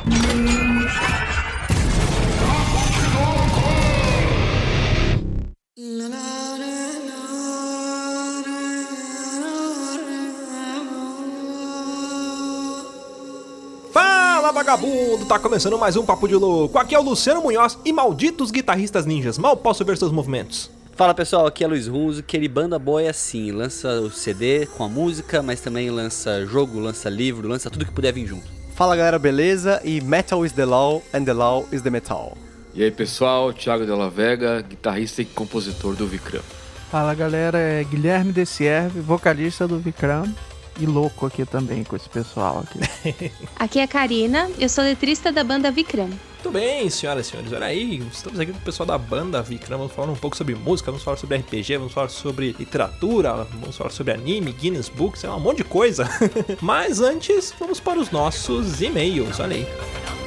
Fala, vagabundo! Tá começando mais um Papo de Louco. Aqui é o Luciano Munhoz e malditos guitarristas ninjas, mal posso ver seus movimentos. Fala pessoal, aqui é Luiz Runzo, que ele banda boa é assim, lança o CD com a música, mas também lança jogo, lança livro, lança tudo que puder vir junto. Fala galera, beleza? E metal is the law and the law is the metal. E aí pessoal, Thiago Della Vega, guitarrista e compositor do Vikram. Fala galera, é Guilherme Desierve, vocalista do Vikram e louco aqui também com esse pessoal aqui. Aqui é a Karina, eu sou letrista da banda Vikram. Tudo bem, senhoras e senhores, olha aí, estamos aqui com o pessoal da banda Vikram, vamos falar um pouco sobre música, vamos falar sobre RPG, vamos falar sobre literatura, vamos falar sobre anime, Guinness Book, sei lá, um monte de coisa. Mas antes, vamos para os nossos e-mails, olha aí.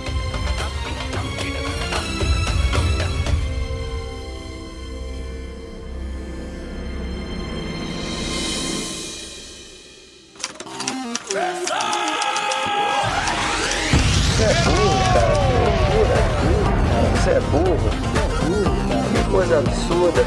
Você é burro, que coisa absurda.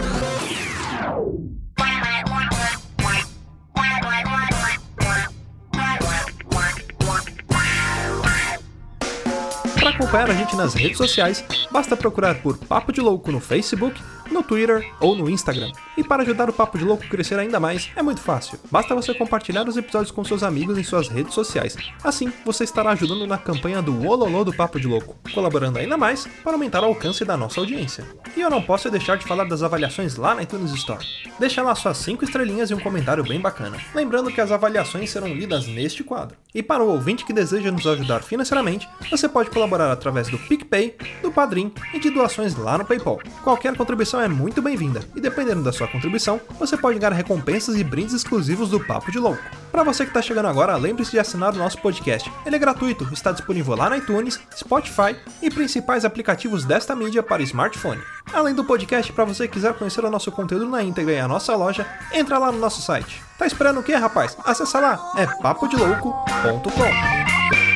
Para acompanhar a gente nas redes sociais, basta procurar por Papo de Louco no Facebook, no Twitter ou no Instagram. E para ajudar o Papo de Louco a crescer ainda mais, é muito fácil. Basta você compartilhar os episódios com seus amigos em suas redes sociais. Assim, você estará ajudando na campanha do Ololô do Papo de Louco, colaborando ainda mais para aumentar o alcance da nossa audiência. E eu não posso deixar de falar das avaliações lá na iTunes Store. Deixa lá suas 5 estrelinhas e um comentário bem bacana. Lembrando que as avaliações serão lidas neste quadro. E para o ouvinte que deseja nos ajudar financeiramente, você pode colaborar através do PicPay, do Padrim e de doações lá no PayPal. Qualquer contribuição é muito bem-vinda, e dependendo da sua contribuição, você pode ganhar recompensas e brindes exclusivos do Papo de Louco. Para você que está chegando agora, lembre-se de assinar o nosso podcast. Ele é gratuito, está disponível lá na iTunes, Spotify e principais aplicativos desta mídia para smartphone. Além do podcast, para você que quiser conhecer o nosso conteúdo na íntegra e a nossa loja, entra lá no nosso site. Tá esperando o quê, rapaz? Acessa lá, é papodelouco.com.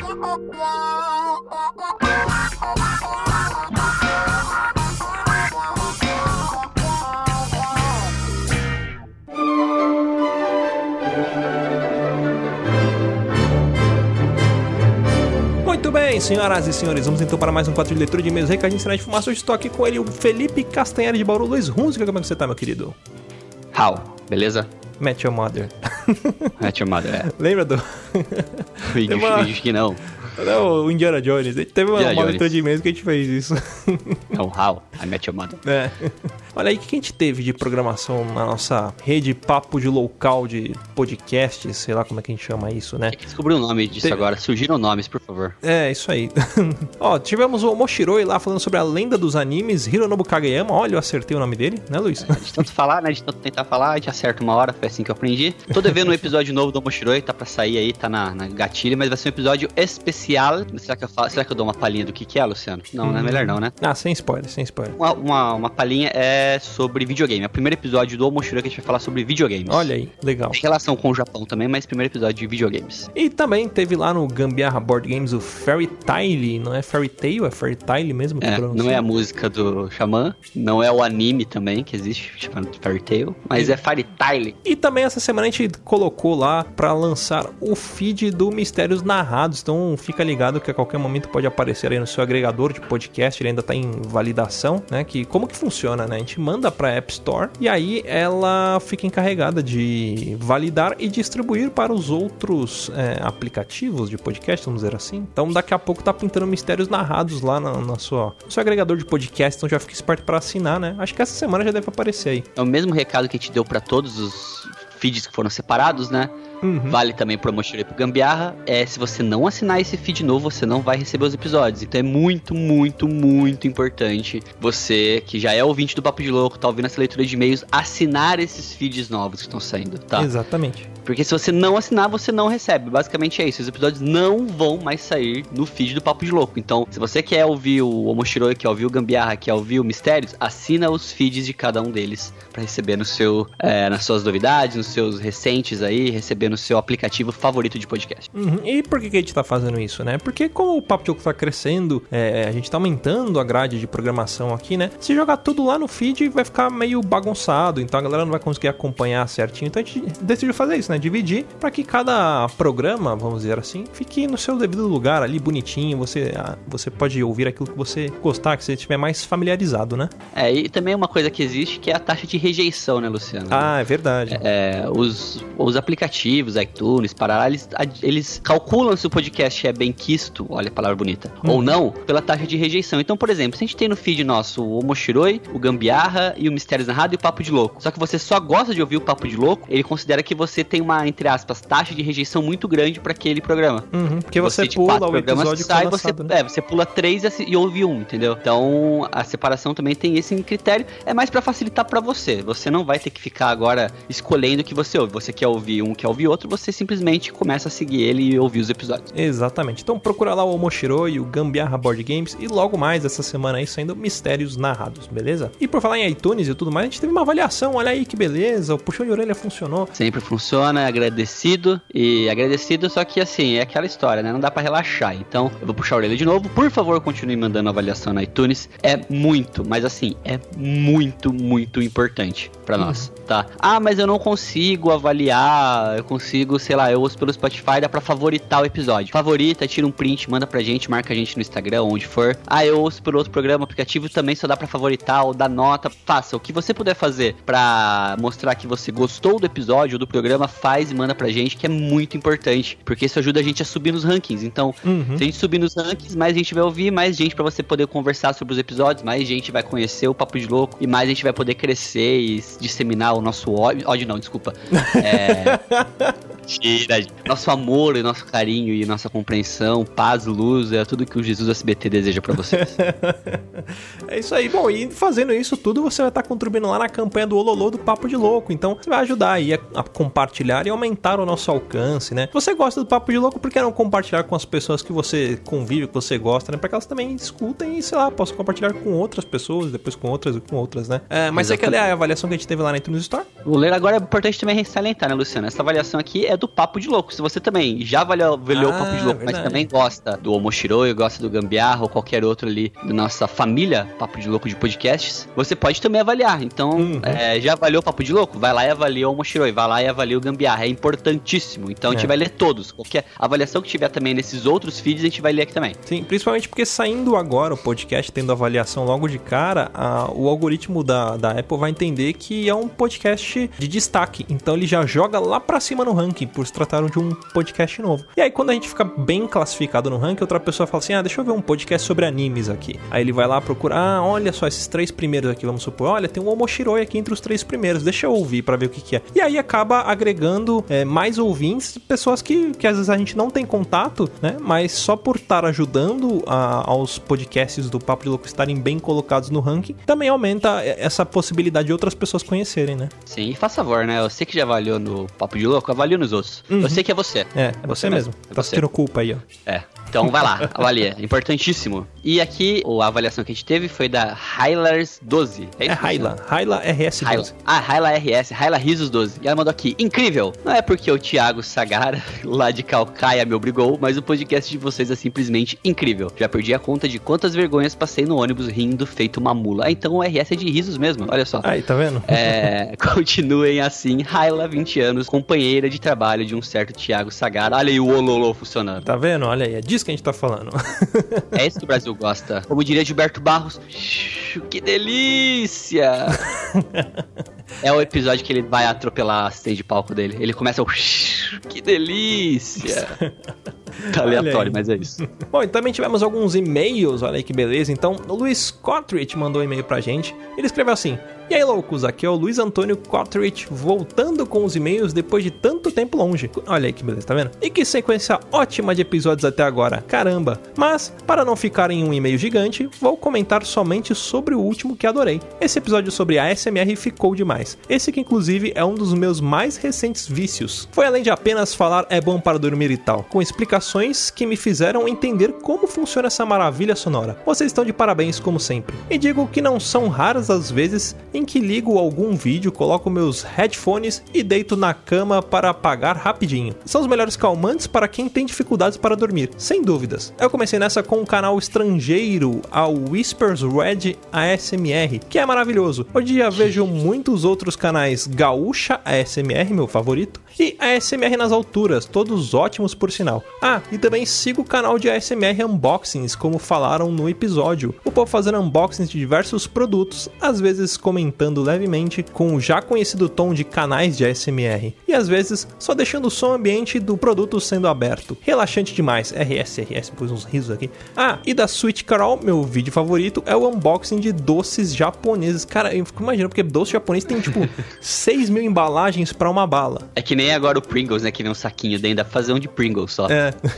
Muito bem, senhoras e senhores, vamos então para mais um quadro de leitura de e-mails recadinhos de fumaça. Hoje estou aqui com ele, o Felipe Castanheira de Bauru. Luiz Runzo, como é que você tá, meu querido? How, beleza? Met Your Mother. Met Your Mother, é. Lembra do... Acho que não. Não, o Indiana Jones. Teve uma leitura de e-mails que a gente fez isso. É o How, I Met Your Mother. É. Olha aí, o que a gente teve de programação na nossa rede Papo de Local de podcast, sei lá como é que a gente chama isso, né? Tem que descobrir o nome disso agora. Surgiram nomes, por favor. É, isso aí. Ó, tivemos o Moshiroi lá falando sobre a lenda dos animes, Hironobu Kageyama. Olha, eu acertei o nome dele, né, Luiz? De tanto falar, né? De tanto tentar falar, a gente acerta uma hora, foi assim que eu aprendi. Tô devendo um episódio novo do Moshiroi, tá pra sair aí, tá na gatilha, mas vai ser um episódio especial. Será que eu dou uma palhinha do que é, Luciano? Não, não é melhor não, né? Ah, sem spoiler, sem spoiler. Uma palhinha é sobre videogame. É o primeiro episódio do Moshiroi que a gente vai falar sobre videogames. Olha aí, legal. Tem relação com o Japão também, mas primeiro episódio de videogames. E também teve lá no Gambiarra Board Games o Fairy Tail, não é Fairy Tail, é Fairy Tail mesmo? Que não é a música do Xamã, não é o anime também que existe, chamado Fairy Tail, mas é Fairy Tail. E também essa semana a gente colocou lá pra lançar o feed do Mistérios Narrados, então fica ligado que a qualquer momento pode aparecer aí no seu agregador de podcast, ele ainda tá em validação, né? Que como que funciona, né? A gente manda pra App Store e aí ela fica encarregada de validar e distribuir para os outros aplicativos de podcast, vamos dizer assim. Então daqui a pouco tá pintando Mistérios Narrados lá no seu agregador de podcast, então já fica esperto pra assinar, né? Acho que essa semana já deve aparecer aí. É o mesmo recado que a gente deu pra todos os feeds que foram separados, né? Uhum. Vale também pro Moshiroi e pro Gambiarra. Se você não assinar esse feed novo, você não vai receber os episódios. Então é muito, muito, muito importante você, que já é ouvinte do Papo de Louco, tá ouvindo essa leitura de e-mails, assinar esses feeds novos que estão saindo, tá? Exatamente. Porque se você não assinar, você não recebe. Basicamente é isso. Os episódios não vão mais sair no feed do Papo de Louco. Então, se você quer ouvir o Moshiroi, quer ouvir o Gambiarra, quer ouvir o Mistérios, assina os feeds de cada um deles pra receber no seu, nas suas novidades, nos seus recentes aí, receber no seu aplicativo favorito de podcast. E por que a gente tá fazendo isso, né? Porque como o Papo de Louco tá crescendo, a gente tá aumentando a grade de programação aqui, né? Se jogar tudo lá no feed, vai ficar meio bagunçado, então a galera não vai conseguir acompanhar certinho. Então a gente decidiu fazer isso, né? Dividir pra que cada programa, vamos dizer assim, fique no seu devido lugar ali, bonitinho. Você pode ouvir aquilo que você gostar, que você estiver mais familiarizado, né? E também uma coisa que existe que é a taxa de rejeição, né, Luciano? Ah, é verdade. Os aplicativos, iTunes, Parará, eles calculam se o podcast é bem quisto, olha a palavra bonita, ou não, pela taxa de rejeição. Então, por exemplo, se a gente tem no feed nosso o Omoshiroi, o Gambiarra e o Mistérios Narrados e o Papo de Louco, só que você só gosta de ouvir o Papo de Louco, ele considera que você tem uma, entre aspas, taxa de rejeição muito grande para aquele programa. Porque você pula o episódio sai, lançado, né? você pula 3 e ouve um, entendeu? Então, a separação também tem esse critério, é mais para facilitar para você. Você não vai ter que ficar agora escolhendo o que você ouve. Você quer ouvir um, quer ouvir outro, você simplesmente começa a seguir ele e ouvir os episódios. Exatamente. Então procura lá o Omoshiroi, o Gambiarra Board Games e logo mais essa semana aí saindo Mistérios Narrados, beleza? E por falar em iTunes e tudo mais, a gente teve uma avaliação, olha aí que beleza, o puxão de orelha funcionou. Sempre funciona, agradecido, só que assim, é aquela história, né? Não dá pra relaxar. Então, eu vou puxar a orelha de novo. Por favor, continue mandando avaliação na iTunes. É muito, mas assim, é muito, muito importante pra nós, tá? Ah, mas eu não consigo avaliar, eu consigo, sei lá, eu ouço pelo Spotify, dá pra favoritar o episódio. Favorita, tira um print, manda pra gente, marca a gente no Instagram, onde for. Ah, eu ouço pelo outro programa, aplicativo também só dá pra favoritar ou dar nota. Faça o que você puder fazer pra mostrar que você gostou do episódio ou do programa, faz e manda pra gente, que é muito importante, porque isso ajuda a gente a subir nos rankings. Então, se a gente subir nos rankings, mais gente vai ouvir, mais gente pra você poder conversar sobre os episódios, mais gente vai conhecer o Papo de Louco e mais a gente vai poder crescer e disseminar o nosso ódio não, desculpa. Nosso amor e nosso carinho e nossa compreensão, paz, luz, é tudo que o Jesus SBT deseja pra vocês. É isso aí. Bom, e fazendo isso tudo, você vai estar contribuindo lá na campanha do Ololô do Papo de Louco. Então, você vai ajudar aí a compartilhar e aumentar o nosso alcance, né? Se você gosta do Papo de Louco, por que não compartilhar com as pessoas que você convive, que você gosta, né? Pra que elas também escutem e, sei lá, possam compartilhar com outras pessoas, depois com outras e com outras, né? Mas você quer ler a avaliação que a gente teve lá na iTunes Store? Vou ler agora, é importante também salientar, né, Luciano? Essa avaliação aqui é do Papo de Louco. Se você também já avaliou o Papo de Louco, mas também gosta do Omoshiroi, gosta do Gambiarra ou qualquer outro ali da nossa família Papo de Louco de podcasts, você pode também avaliar. Então, já avaliou o Papo de Louco? Vai lá e avalia o Omoshiroi, vai lá e avalia o Gambiarra. É importantíssimo. Então, a gente vai ler todos. Qualquer avaliação que tiver também nesses outros feeds, a gente vai ler aqui também. Sim, principalmente porque saindo agora o podcast, tendo avaliação logo de cara, o algoritmo da Apple vai entender que é um podcast de destaque. Então, ele já joga lá pra cima no ranking, por se tratar de um podcast novo. E aí, quando a gente fica bem classificado no ranking, outra pessoa fala assim, deixa eu ver um podcast sobre animes aqui. Aí ele vai lá procurar, olha só, esses 3 primeiros aqui, vamos supor, olha, tem um Omoshiroi aqui entre os 3 primeiros, deixa eu ouvir pra ver o que é. E aí acaba agregando mais ouvintes, pessoas que às vezes a gente não tem contato, né, mas só por estar ajudando aos podcasts do Papo de Louco estarem bem colocados no ranking, também aumenta essa possibilidade de outras pessoas conhecerem, né? Sim, e faz favor, né, eu sei que já avaliou no Papo de Louco, avalia nos outros. Eu sei que é você. É você mesmo. Tá sentindo culpa aí, ó. Então vai lá, avalia. Importantíssimo. E aqui, a avaliação que a gente teve foi da Hylars 12. É isso? Hyla RS 12. Hyla RS, Hyla Risos 12. E ela mandou aqui, incrível! Não é porque o Thiago Sagara, lá de Calcaia, me obrigou, mas o podcast de vocês é simplesmente incrível. Já perdi a conta de quantas vergonhas passei no ônibus rindo feito uma mula. Então o RS é de risos mesmo, olha só. Aí, tá vendo? Continuem assim, Hyla, 20 anos, companheira de trabalho de um certo Thiago Sagara. Olha aí o Ololô funcionando. Tá vendo? Olha aí, é disso que a gente tá falando. É isso que o Brasil gosta. Como diria Gilberto Barros, que delícia! É o episódio que ele vai atropelar a assistente de palco dele. Ele começa o que delícia! Tá aleatório, mas é isso. Bom, e também tivemos alguns e-mails, olha aí que beleza. Então, o Luiz Cottridge mandou um e-mail pra gente. Ele escreveu assim: e aí, loucos, aqui é o Luiz Antônio Cottridge, voltando com os e-mails depois de tanto tempo longe. Olha aí que beleza, tá vendo? E que sequência ótima de episódios até agora, caramba! Mas, para não ficar em um e-mail gigante, vou comentar somente sobre o último que adorei. Esse episódio sobre a ASMR ficou demais. Esse que inclusive é um dos meus mais recentes vícios. Foi além de apenas falar é bom para dormir e tal, com explicações que me fizeram entender como funciona essa maravilha sonora. Vocês estão de parabéns como sempre. E digo que não são raras as vezes em que ligo algum vídeo, coloco meus headphones e deito na cama para apagar rapidinho. São os melhores calmantes para quem tem dificuldades para dormir, sem dúvidas. Eu comecei nessa com um canal estrangeiro, a Whispers Red ASMR, que é maravilhoso. Hoje em dia vejo muitos outros canais, Gaúcha ASMR, meu favorito, e ASMR nas alturas, todos ótimos por sinal. E também sigo o canal de ASMR Unboxings, como falaram no episódio. O povo fazendo unboxings de diversos produtos, às vezes comentando levemente com o já conhecido tom de canais de ASMR, e às vezes só deixando o som ambiente do produto sendo aberto. Relaxante demais. RS, pus uns risos aqui. E da Sweet Carol, meu vídeo favorito é o unboxing de doces japoneses. Cara, eu fico imaginando, porque doce japonês tem tipo 6 mil embalagens pra uma bala. É que nem agora o Pringles, né? Que nem um saquinho, daí ainda fazer um de Pringles só.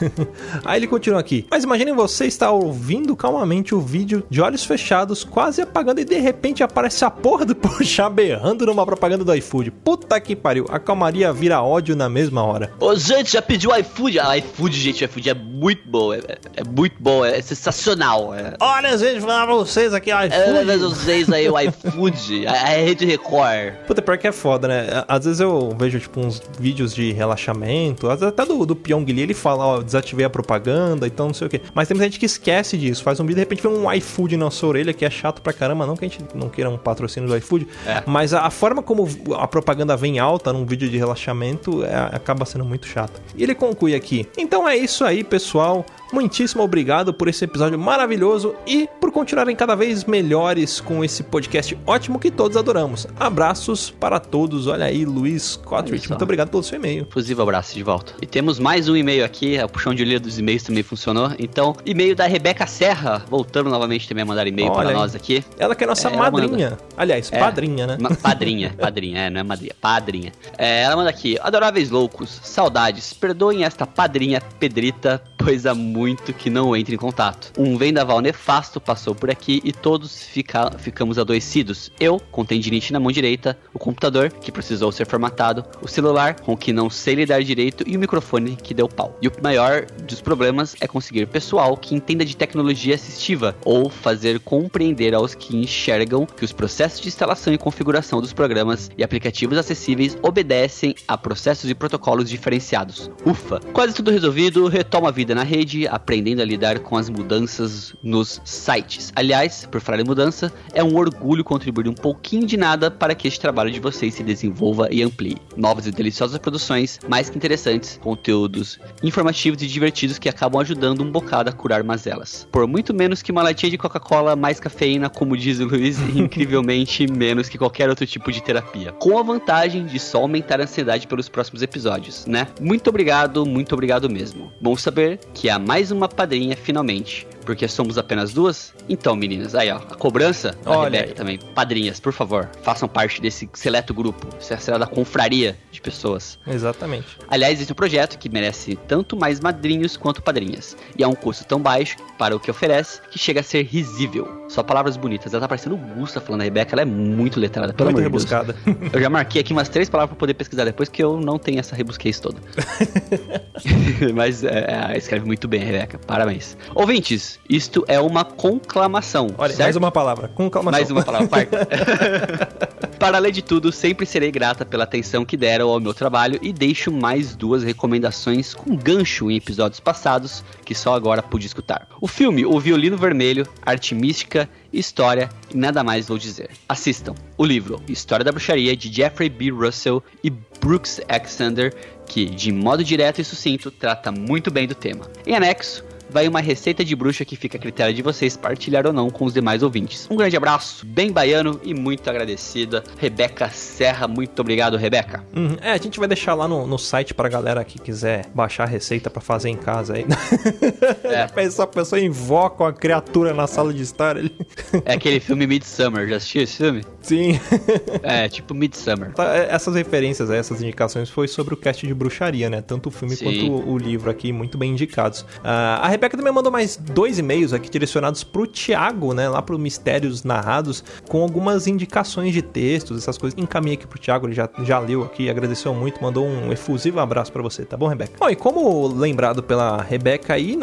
Aí ele continua aqui. Mas imaginem você estar ouvindo calmamente o vídeo de olhos fechados, quase apagando, e de repente aparece a porra do Porchat berrando numa propaganda do iFood. Puta que pariu, a calmaria vira ódio na mesma hora. Ô, gente, já pediu iFood? iFood, gente, iFood é muito bom, é muito bom, é sensacional. Olha, gente, vou falar pra vocês aqui, iFood. Olha vocês aí, o iFood, a Rede Record. Puta, pior que é foda, né? Às vezes eu vejo, tipo, uns vídeos de relaxamento, até do Pyong Lee, ele fala, desativei a propaganda, então não sei o que. Mas tem muita gente que esquece disso, faz um vídeo, de repente vem um iFood na sua orelha, que é chato pra caramba, não que a gente não queira um patrocínio do iFood, mas a forma como a propaganda vem alta num vídeo de relaxamento acaba sendo muito chato. E ele conclui aqui: então é isso aí, pessoal. Muitíssimo obrigado por esse episódio maravilhoso e por continuarem cada vez melhores com esse podcast ótimo que todos adoramos. Abraços para todos. Olha aí, Luiz Cottridge, muito obrigado pelo seu e-mail. Fusivo abraço de volta. E temos mais um e-mail aqui, o puxão de orelha dos e-mails também funcionou. Então, e-mail da Rebeca Serra, voltando novamente também a mandar e-mail para nós aqui. Ela que é nossa madrinha. Aliás, padrinha, né? Padrinha, não é madrinha, padrinha. Ela manda aqui: adoráveis loucos, saudades, perdoem esta padrinha Pedrita, pois há muito que não entra em contato. Um vendaval nefasto passou por aqui e todos ficamos adoecidos. Eu, com tendinite na mão direita, o computador, que precisou ser formatado, o celular, com o que não sei lidar direito, e o microfone, que deu pau. E o maior dos problemas é conseguir pessoal que entenda de tecnologia assistiva, ou fazer compreender aos que enxergam que os processos de instalação e configuração dos programas e aplicativos acessíveis obedecem a processos e protocolos diferenciados. Ufa! Quase tudo resolvido, retomo a vida na rede, aprendendo a lidar com as mudanças nos sites. Aliás, por falar em mudança, é um orgulho contribuir um pouquinho de nada para que este trabalho de vocês se desenvolva e amplie. Novas e deliciosas produções, mais que interessantes, conteúdos informativos e divertidos que acabam ajudando um bocado a curar mazelas. Por muito menos que uma latinha de Coca-Cola, mais cafeína, como diz o Luiz, e incrivelmente menos que qualquer outro tipo de terapia. Com a vantagem de só aumentar a ansiedade pelos próximos episódios, né? Muito obrigado mesmo. Bom saber que há mais uma padrinha finalmente, porque somos apenas duas. Então, meninas, aí ó, a cobrança da Rebeca também. Padrinhas, por favor, façam parte desse seleto grupo, será da confraria de pessoas. Exatamente. Aliás, esse é um projeto que merece tanto mais madrinhos quanto padrinhas, e é um custo tão baixo para o que oferece que chega a ser risível. Só palavras bonitas. Ela tá parecendo o Gusta falando. A Rebeca, ela é muito letrada, pelo amor de Deus. Rebuscada. Eu já marquei aqui umas 3 palavras pra poder pesquisar depois, que eu não tenho essa rebusquez toda. Mas escreve muito bem, Rebeca. Parabéns. Ouvintes, isto é uma conclamação. Olha, certo? Mais uma palavra. Conclamação. Mais uma palavra, quarta. Para além de tudo, sempre serei grata pela atenção que deram ao meu trabalho e deixo mais 2 recomendações com gancho em episódios passados que só agora pude escutar. O filme O Violino Vermelho, arte mística, história e nada mais vou dizer. Assistam. O livro História da Bruxaria, de Jeffrey B. Russell e Brooks Alexander, que, de modo direto e sucinto, trata muito bem do tema. Em anexo, vai uma receita de bruxa que fica a critério de vocês partilhar ou não com os demais ouvintes. Um grande abraço, bem baiano e muito agradecida, Rebeca Serra. Muito obrigado, Rebeca. A gente vai deixar lá no site pra galera que quiser baixar a receita pra fazer em casa aí. A pessoa invoca uma criatura na sala de estar. É aquele filme Midsommar, já assistiu esse filme? Sim. É, tipo Midsommar. Essas referências, essas indicações foi sobre o cast de bruxaria, né? Tanto o filme quanto o livro aqui, muito bem indicados. A Rebeca também mandou mais 2 e-mails aqui direcionados pro Thiago, né? Lá pro Mistérios Narrados, com algumas indicações de textos, essas coisas. Encaminhei aqui pro Thiago, ele já leu aqui, agradeceu muito, mandou um efusivo abraço pra você, tá bom, Rebeca? Bom, e como lembrado pela Rebeca aí, né? Já que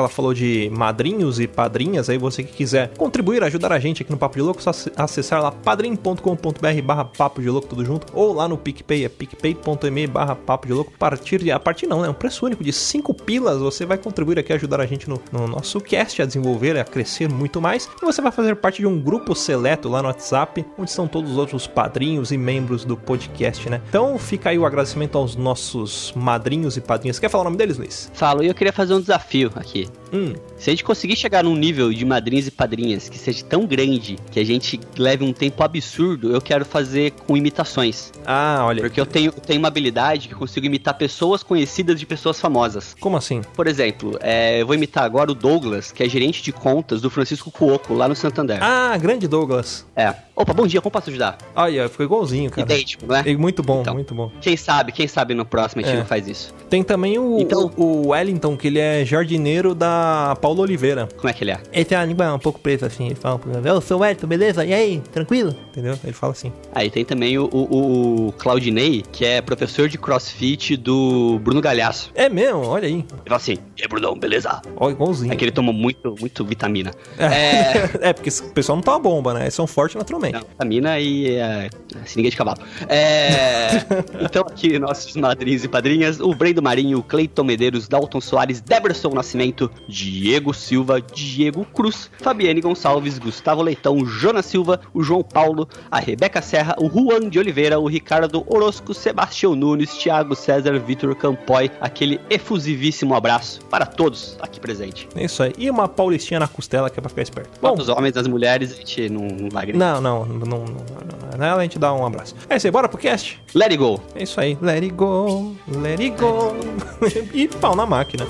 ela falou de madrinhos e padrinhas, aí você que quiser contribuir, ajudar a gente aqui no Papo de Louco, só acessar lá padrim.com.br/papo de louco tudo junto, ou lá no PicPay, é picpay.me/papo de louco. A partir não, né? Um preço único de 5 pilas, você vai contribuir aqui, ajudar a gente no nosso cast a desenvolver, a crescer muito mais, e você vai fazer parte de um grupo seleto lá no WhatsApp, onde estão todos os outros padrinhos e membros do podcast, né? Então fica aí o agradecimento aos nossos madrinhos e padrinhas. Quer falar o nome deles, Luiz? Falo, e eu queria fazer um desafio aqui. Se a gente conseguir chegar num nível de madrinhos e padrinhas que seja tão grande que a gente leve um tempo absurdo, eu quero fazer com imitações. Ah, olha. Porque eu tenho uma habilidade que eu consigo imitar pessoas conhecidas de pessoas famosas. Como assim? Por exemplo, eu vou imitar agora o Douglas, que é gerente de contas do Francisco Cuoco, lá no Santander. Ah, grande Douglas. Opa, bom dia, como posso ajudar? Olha, ficou igualzinho, cara. Idêntico, não é? Muito bom, então, muito bom. Quem sabe no próximo a gente não faz isso. Tem também o Wellington, que ele é jardineiro da Paulo Oliveira. Como é que ele é? Ele tem uma língua um pouco preta, assim. Ele fala, eu sou o Wellington, beleza? E aí, tranquilo? Entendeu? Ele fala assim. Aí tem também o Claudinei, que é professor de crossfit do Bruno Galhaço. É mesmo? Olha aí. Ele fala assim, e aí, Brunão, beleza? Ó, igualzinho. É que ele toma muito vitamina. Porque o pessoal não toma bomba, né? Eles são fortes naturalmente. Não, vitamina e seringa de cavalo. Então aqui, nossos madrinhos e padrinhas, o Brendo Marinho, o Cleiton Medeiros, Dalton Soares, Deberson Nascimento, Diego Silva, Diego Cruz, Fabiane Gonçalves, Gustavo Leitão, Jonas Silva, o João Paulo, a Rebeca Serra, o Juan de Oliveira, o Ricardo Orozco, Sebastião Nunes, Thiago César, Vitor Campoy, aquele efusivíssimo abraço para todos aqui presentes. É isso aí. E uma paulistinha na costela que é pra ficar esperto. Bom, os homens, as mulheres, a gente não vai gritar. Não. A gente dá um abraço. É isso aí, bora pro cast? Let it go. É isso aí. Let it go, let it go. E pau na máquina.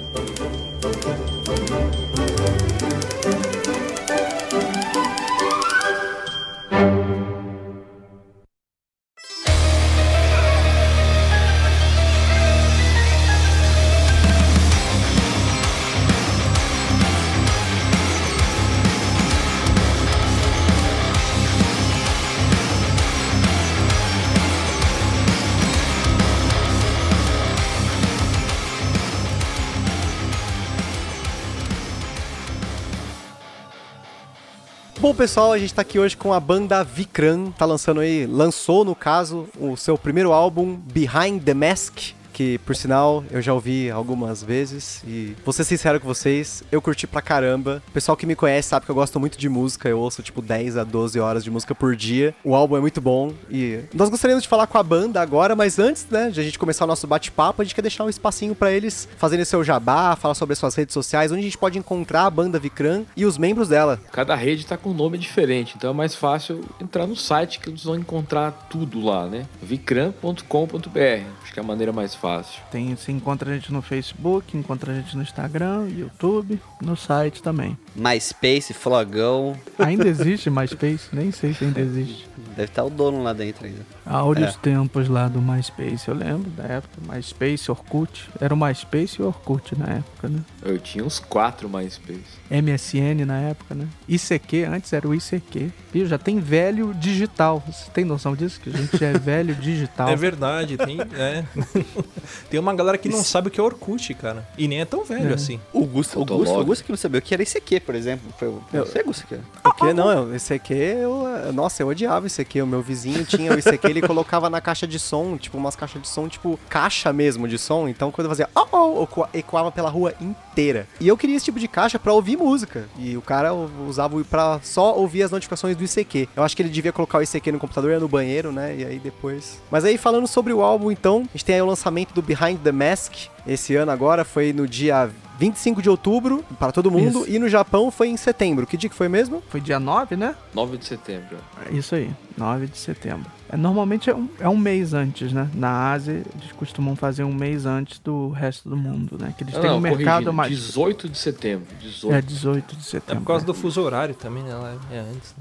Bom, pessoal, a gente tá aqui hoje com a banda Vikram, lançou no caso o seu primeiro álbum, Behind the Mask, que, por sinal, eu já ouvi algumas vezes e vou ser sincero com vocês, eu curti pra caramba. O pessoal que me conhece sabe que eu gosto muito de música, eu ouço tipo 10 a 12 horas de música por dia. O álbum é muito bom e nós gostaríamos de falar com a banda agora, mas antes, né, de a gente começar o nosso bate-papo, a gente quer deixar um espacinho pra eles fazerem seu jabá, falar sobre as suas redes sociais, onde a gente pode encontrar a banda Vikram e os membros dela. Cada rede tá com um nome diferente, então é mais fácil entrar no site que eles vão encontrar tudo lá, né? vikram.com.br, acho que é a maneira mais fácil. Você encontra a gente no Facebook, encontra a gente no Instagram, YouTube, no site também. MySpace, Flogão. Ainda existe MySpace? Nem sei se ainda existe. Deve estar o dono lá dentro ainda. Áureos tempos lá do MySpace, eu lembro da época. MySpace, Orkut. Era o MySpace e o Orkut na época, né? Eu tinha uns 4 MySpace. MSN na época, né? ICQ, antes era o ICQ. E já tem velho digital. Você tem noção disso? Que a gente já é velho digital. É verdade, tem uma galera que não sabe o que é Orkut, cara. E nem é tão velho assim. O Augusto que não sabia o que era ICQ, por exemplo. Você, Augusto? O que? Não, o ICQ, eu odiava o ICQ. O meu vizinho tinha o ICQ, ele colocava na caixa de som, tipo, umas caixas de som, tipo, caixa mesmo de som. Então, quando eu fazia, ecoava pela rua inteira. E eu queria esse tipo de caixa pra ouvir música. E o cara usava pra só ouvir as notificações do ICQ. Eu acho que ele devia colocar o ICQ no computador, ia no banheiro, né? E aí depois... Mas aí, falando sobre o álbum, então, a gente tem aí o lançamento do Behind the Mask. Esse ano agora foi no dia 25 de outubro, para todo mundo. Isso. E no Japão foi em setembro. Que dia que foi mesmo? Foi dia 9, né? 9 de setembro. Isso aí, 9 de setembro. Normalmente é um mês antes, né? Na Ásia, eles costumam fazer um mês antes do resto do mundo, né? Que eles têm um mercado mais... 18 de setembro. 18 de setembro. É por causa do fuso horário também, né? Ela é antes,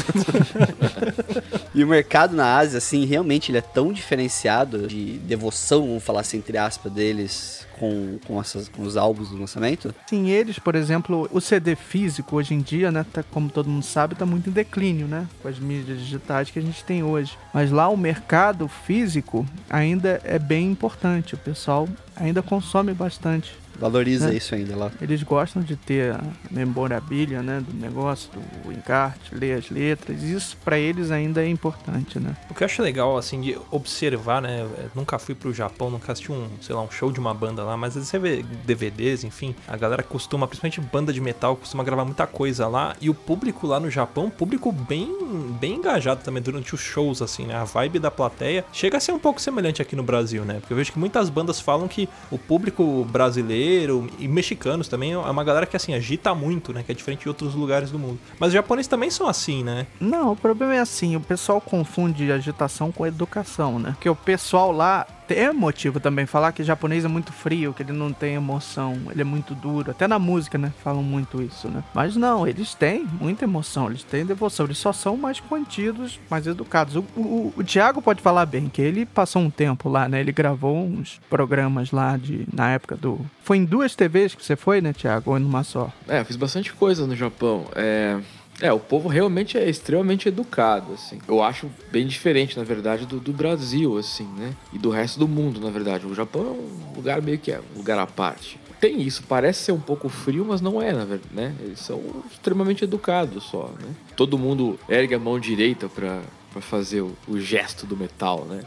né? E o mercado na Ásia, assim, realmente ele é tão diferenciado de devoção, vamos falar assim, entre aspas, deles... Com os álbuns do lançamento? Sim, eles, por exemplo, o CD físico hoje em dia, né, como todo mundo sabe, tá muito em declínio, né, com as mídias digitais que a gente tem hoje. Mas lá o mercado físico ainda é bem importante, o pessoal ainda consome bastante Valoriza isso ainda lá. Eles gostam de ter a memorabilia, né, do negócio, do encarte, ler as letras. Isso pra eles ainda é importante, né? O que eu acho legal, assim, de observar, né? Eu nunca fui pro Japão, nunca assisti um show de uma banda lá, mas você vê DVDs, enfim, a galera costuma, principalmente banda de metal, costuma gravar muita coisa lá, e o público lá no Japão, público bem engajado também durante os shows, assim, né? A vibe da plateia chega a ser um pouco semelhante aqui no Brasil, né? Porque eu vejo que muitas bandas falam que o público brasileiro e mexicanos também é uma galera que, assim, agita muito, né? Que é diferente de outros lugares do mundo. Mas os japoneses também são assim, né? Não, o problema é assim, o pessoal confunde agitação com educação, né? Porque o pessoal lá é motivo também falar que o japonês é muito frio, que ele não tem emoção, ele é muito duro. Até na música, né? Falam muito isso, né? Mas não, eles têm muita emoção, eles têm devoção, eles só são mais contidos, mais educados. O Thiago pode falar bem, que ele passou um tempo lá, né? Ele gravou uns programas lá na época do... Foi em 2 TVs que você foi, né, Thiago? Ou numa só? Eu fiz bastante coisa no Japão. O povo realmente é extremamente educado, assim. Eu acho bem diferente, na verdade, do Brasil, assim, né? E do resto do mundo, na verdade. O Japão é um lugar meio que um lugar à parte. Tem isso, parece ser um pouco frio, mas não é, na verdade, né? Eles são extremamente educados só, né? Todo mundo ergue a mão direita pra fazer o gesto do metal, né?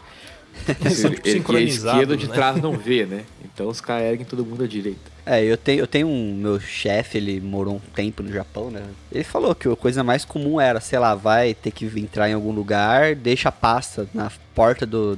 Ele a esquerda de trás não vê, né? Então os caras erguem todo mundo à direita. Eu tenho meu chefe, ele morou um tempo no Japão, né? Ele falou que a coisa mais comum era, sei lá, vai ter que entrar em algum lugar, deixa a pasta na porta do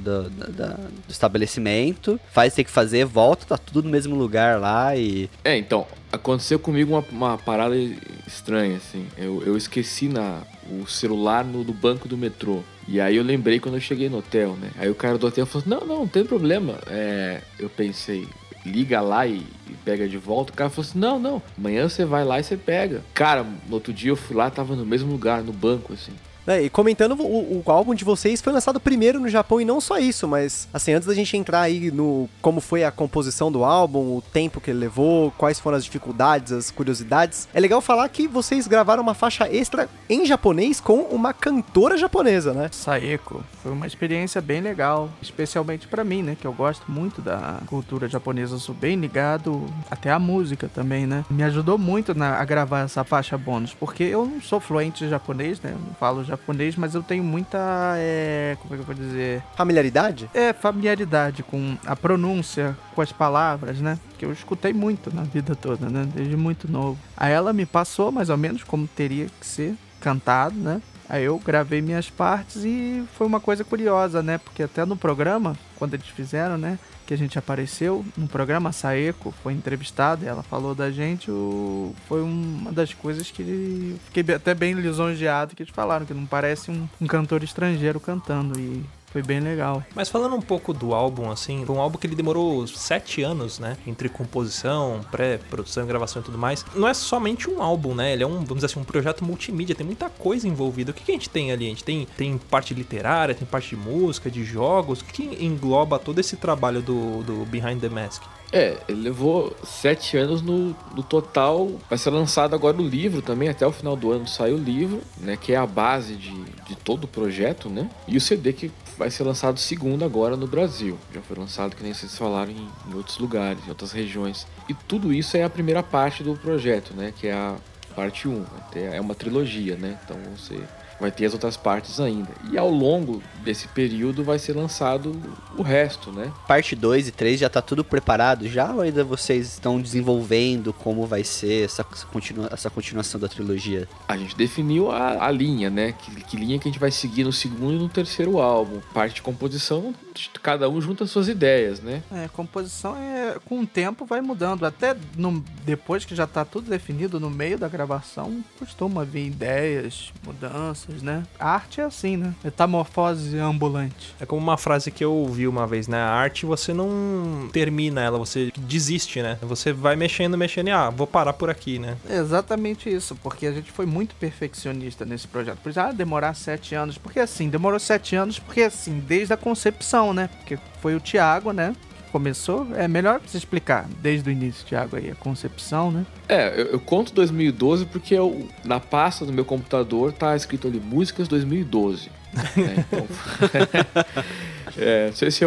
estabelecimento, faz o que tem que fazer, volta, tá tudo no mesmo lugar lá e... Então, aconteceu comigo uma parada estranha, assim. Eu esqueci o celular no banco do metrô. E aí eu lembrei quando eu cheguei no hotel, né? Aí o cara do hotel falou, não tem problema. Eu pensei, liga lá e pega de volta. O cara falou assim, não, amanhã você vai lá e você pega. Cara, no outro dia eu fui lá, tava no mesmo lugar, no banco, assim. E comentando, o álbum de vocês foi lançado primeiro no Japão, e não só isso, mas assim, antes da gente entrar aí no como foi a composição do álbum, o tempo que ele levou, quais foram as dificuldades, as curiosidades, é legal falar que vocês gravaram uma faixa extra em japonês com uma cantora japonesa, né? Saeko. Foi uma experiência bem legal, especialmente pra mim, né, que eu gosto muito da cultura japonesa, eu sou bem ligado até à música também, né? Me ajudou muito a gravar essa faixa bônus, porque eu não sou fluente em japonês, né? Eu não falo japonês, mas eu tenho muita, como é que eu vou dizer? Familiaridade? Familiaridade com a pronúncia, com as palavras, né? Que eu escutei muito na vida toda, né? Desde muito novo. Aí ela me passou mais ou menos como teria que ser cantado, né? Aí eu gravei minhas partes e foi uma coisa curiosa, né? Porque até no programa, quando eles fizeram, né? Que a gente apareceu no programa, a Saeko foi entrevistada, ela falou da gente, foi uma das coisas que fiquei até bem lisonjeado, que eles falaram que não parece um cantor estrangeiro cantando, e foi bem legal. Mas falando um pouco do álbum, assim, foi um álbum que ele demorou 7 anos, né? Entre composição, pré-produção, gravação e tudo mais. Não é somente um álbum, né? Ele é vamos dizer assim, um projeto multimídia, tem muita coisa envolvida. O que a gente tem ali? A gente tem parte literária, tem parte de música, de jogos. O que engloba todo esse trabalho do Behind the Mask? Ele levou 7 anos no total. Vai ser lançado agora o livro também, até o final do ano sai o livro, né? Que é a base de todo o projeto, né? E o CD que vai ser lançado segundo agora no Brasil. Já foi lançado, que nem vocês falaram, em outros lugares, em outras regiões. E tudo isso é a primeira parte do projeto, né? Que é a parte 1. É uma trilogia, né? Então você vai ter as outras partes ainda. E ao longo desse período vai ser lançado o resto, né? Parte 2 e 3 já tá tudo preparado já, ou ainda vocês estão desenvolvendo como vai ser essa continuação da trilogia? A gente definiu a linha, né? Que linha que a gente vai seguir no segundo e no terceiro álbum. Parte de composição, cada um junta suas ideias, né? Composição com o tempo vai mudando. Até depois que já tá tudo definido, no meio da gravação, costuma vir ideias, mudanças, né? A arte é assim, né? Metamorfose ambulante. É como uma frase que eu ouvi uma vez, né? A arte você não termina ela, você desiste, né? Você vai mexendo e vou parar por aqui, né? É exatamente isso, porque a gente foi muito perfeccionista nesse projeto. Por isso, demorar 7 anos. Porque assim, demorou 7 anos, porque assim, desde a concepção, né? Porque foi o Thiago, né? Começou, é melhor você explicar desde o início, Thiago, aí, a concepção, né? Eu conto 2012 porque na pasta do meu computador tá escrito ali Músicas 2012. Então... não sei se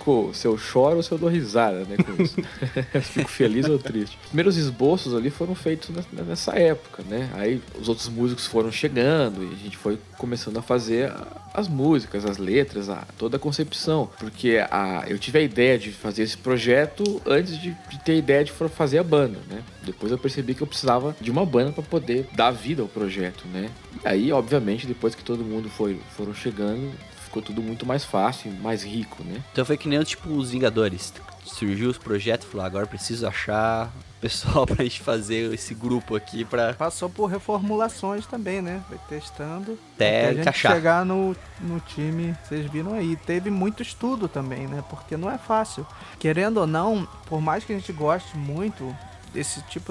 eu choro ou se eu dou risada, né, com isso. Fico feliz ou triste. Os primeiros esboços ali foram feitos nessa época, né? Aí os outros músicos foram chegando e a gente foi começando a fazer as músicas, as letras, toda a concepção. Porque eu tive a ideia de fazer esse projeto antes de ter a ideia de fazer a banda, né? Depois eu percebi que eu precisava de uma banda para poder dar vida ao projeto, né? E aí, obviamente, depois que todo mundo foram chegando, ficou tudo muito mais fácil, mais rico, né? Então foi que nem tipo os Vingadores. Surgiu os projetos, falou, agora preciso achar pessoal pra gente fazer esse grupo aqui pra... Passou por reformulações também, né? Foi testando até a gente encaixar. Chegar no time, vocês viram aí. Teve muito estudo também, né? Porque não é fácil. Querendo ou não, por mais que a gente goste muito desse tipo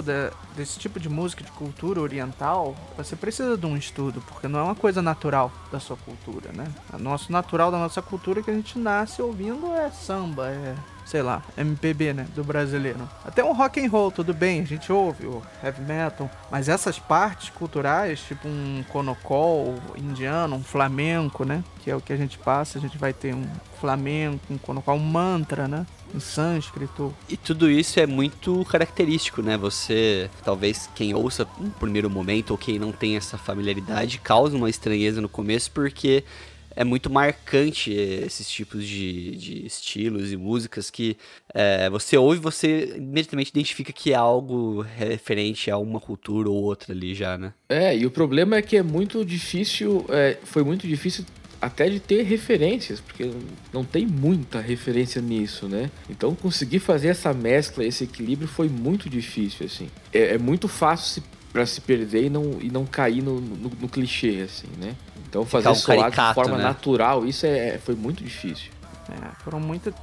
de música de cultura oriental, você precisa de um estudo, porque não é uma coisa natural da sua cultura, né? O nosso natural da nossa cultura que a gente nasce ouvindo é samba, sei lá, MPB, né, do brasileiro. Até um rock and roll, tudo bem, a gente ouve o heavy metal, mas essas partes culturais, tipo um conocol indiano, um flamenco, né, que é o que a gente passa, a gente vai ter um flamenco, um conocol, um mantra, né, em sânscrito. E tudo isso é muito característico, né? Você, talvez quem ouça no primeiro momento ou quem não tem essa familiaridade, causa uma estranheza no começo, porque é muito marcante esses tipos de estilos e músicas que você ouve e você imediatamente identifica que é algo referente a uma cultura ou outra ali já, né? E o problema é que é muito difícil, foi muito difícil até de ter referências, porque não tem muita referência nisso, né? Então conseguir fazer essa mescla, esse equilíbrio foi muito difícil, assim. É muito fácil para se perder e não cair no clichê, assim, né? Então fazer soar de forma natural, isso foi muito difícil. Foram muitos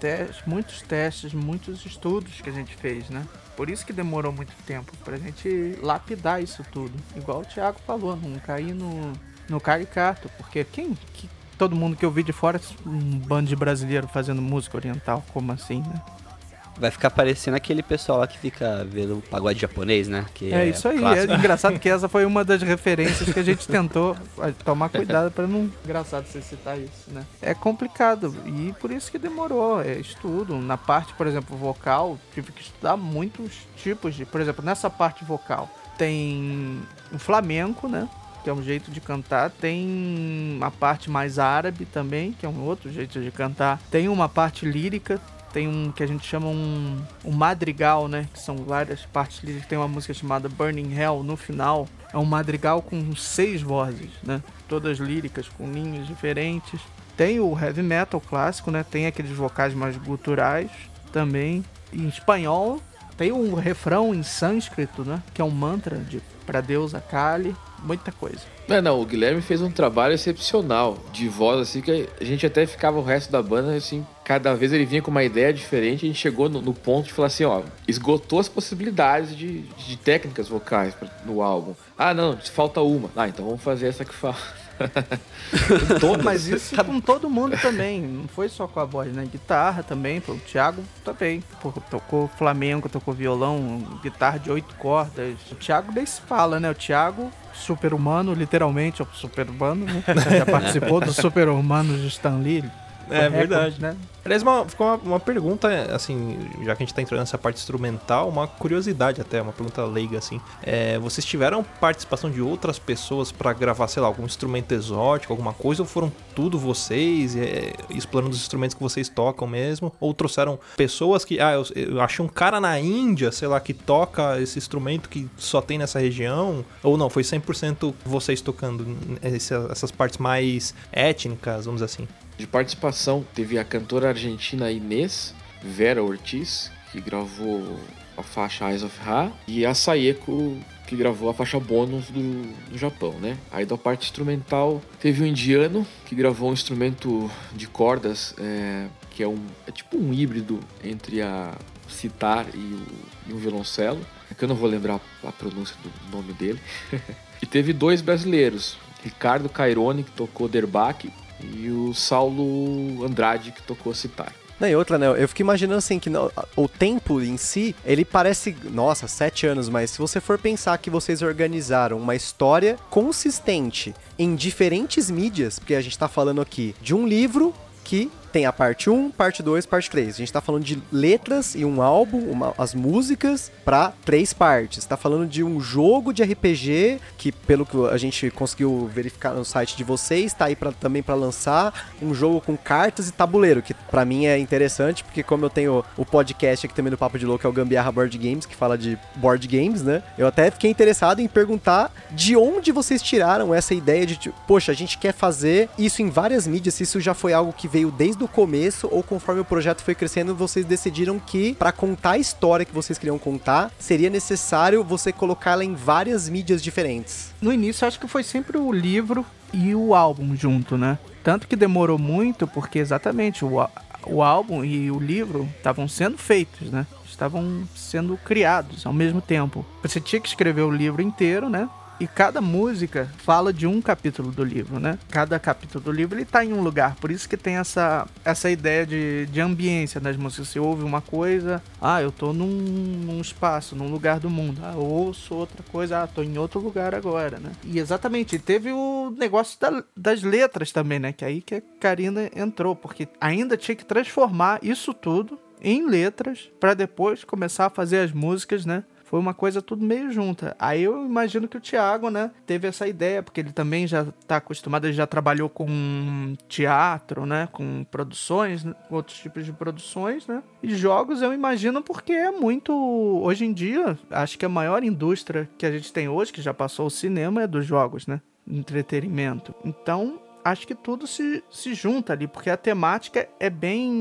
testes, muitos estudos que a gente fez, né? Por isso que demorou muito tempo, pra gente lapidar isso tudo. Igual o Thiago falou, não cair no caricato, porque todo mundo que eu vi de fora, um bando de brasileiro fazendo música oriental, como assim, né? Vai ficar parecendo aquele pessoal lá que fica vendo pagode japonês, né? Que isso aí, clássico. É engraçado que essa foi uma das referências que a gente tentou tomar cuidado para não... Engraçado você citar isso, né? É complicado e por isso que demorou, estudo. Na parte, por exemplo, vocal, tive que estudar muitos tipos de... Por exemplo, nessa parte vocal, tem o flamenco, né? Que é um jeito de cantar, tem a parte mais árabe também, que é um outro jeito de cantar, tem uma parte lírica, tem um que a gente chama um madrigal, né, que são várias partes líricas, tem uma música chamada Burning Hell no final, é um madrigal com 6 vozes, né, todas líricas, com linhas diferentes. Tem o heavy metal clássico, né, tem aqueles vocais mais guturais também, em espanhol tem um refrão em sânscrito, né, que é um mantra pra deusa Kali, muita coisa. O Guilherme fez um trabalho excepcional de voz, assim, que a gente até ficava o resto da banda, assim, cada vez ele vinha com uma ideia diferente, a gente chegou no ponto de falar assim, esgotou as possibilidades de técnicas vocais no álbum. Não, falta uma. Então vamos fazer essa que falta. Mas isso com todo mundo também, não foi só com a voz, né? Guitarra também, o Thiago também, tocou flamenco, tocou violão, guitarra de 8 cordas. O Thiago nem se fala, né? O Thiago, super-humano, literalmente, é o super-humano, né? Já participou do Super-Humano de Stan Lee. Verdade, né? Aliás, ficou uma pergunta, assim, já que a gente tá entrando nessa parte instrumental, uma curiosidade até, uma pergunta leiga, assim. Vocês tiveram participação de outras pessoas pra gravar, sei lá, algum instrumento exótico, alguma coisa, ou foram tudo vocês, explorando os instrumentos que vocês tocam mesmo? Ou trouxeram pessoas que, eu achei um cara na Índia, sei lá, que toca esse instrumento que só tem nessa região? Ou não, foi 100% vocês tocando essas partes mais étnicas, vamos dizer assim? De participação, teve a cantora argentina Inês Vera Ortiz, que gravou a faixa Eyes of Ra, e a Saeko, que gravou a faixa bônus do Japão, né? Aí da parte instrumental, teve um indiano, que gravou um instrumento de cordas, que é tipo um híbrido entre a sitar e o violoncelo, que eu não vou lembrar a pronúncia do nome dele. E teve 2 brasileiros, Ricardo Cairone, que tocou derbaque, e o Saulo Andrade, que tocou sitar. Não, e outra, né? Eu fico imaginando assim que o tempo em si, ele parece, nossa, 7 anos, mas se você for pensar que vocês organizaram uma história consistente em diferentes mídias, porque a gente tá falando aqui de um livro que tem a parte 1, parte 2, parte 3. A gente tá falando de letras e um álbum, as músicas pra 3 partes. Tá falando de um jogo de RPG, que pelo que a gente conseguiu verificar no site de vocês, tá aí também pra lançar um jogo com cartas e tabuleiro, que pra mim é interessante, porque como eu tenho o podcast aqui também do Papo de Louco, que é o Gambiarra Board Games, que fala de board games, né? Eu até fiquei interessado em perguntar de onde vocês tiraram essa ideia de, tipo, poxa, a gente quer fazer isso em várias mídias, se isso já foi algo que veio desde o começo, ou conforme o projeto foi crescendo, vocês decidiram que, pra contar a história que vocês queriam contar, seria necessário você colocá-la em várias mídias diferentes? No início, acho que foi sempre o livro e o álbum junto, né? Tanto que demorou muito, porque exatamente o álbum e o livro estavam sendo feitos, né? Estavam sendo criados ao mesmo tempo. Você tinha que escrever o livro inteiro, né? E cada música fala de um capítulo do livro, né? Cada capítulo do livro ele tá em um lugar. Por isso que tem essa ideia de ambiência nas músicas. Você ouve uma coisa, eu tô num espaço, num lugar do mundo. Eu ouço outra coisa, tô em outro lugar agora, né? E exatamente, teve o negócio das letras também, né? Que aí que a Karina entrou, porque ainda tinha que transformar isso tudo em letras para depois começar a fazer as músicas, né? Foi uma coisa tudo meio junta. Aí eu imagino que o Thiago, né, teve essa ideia, porque ele também já tá acostumado, ele já trabalhou com teatro, né, com produções, outros tipos de produções, né, e jogos eu imagino porque é muito, hoje em dia, acho que a maior indústria que a gente tem hoje, que já passou o cinema, é dos jogos, né, entretenimento. Então, acho que tudo se junta ali, porque a temática é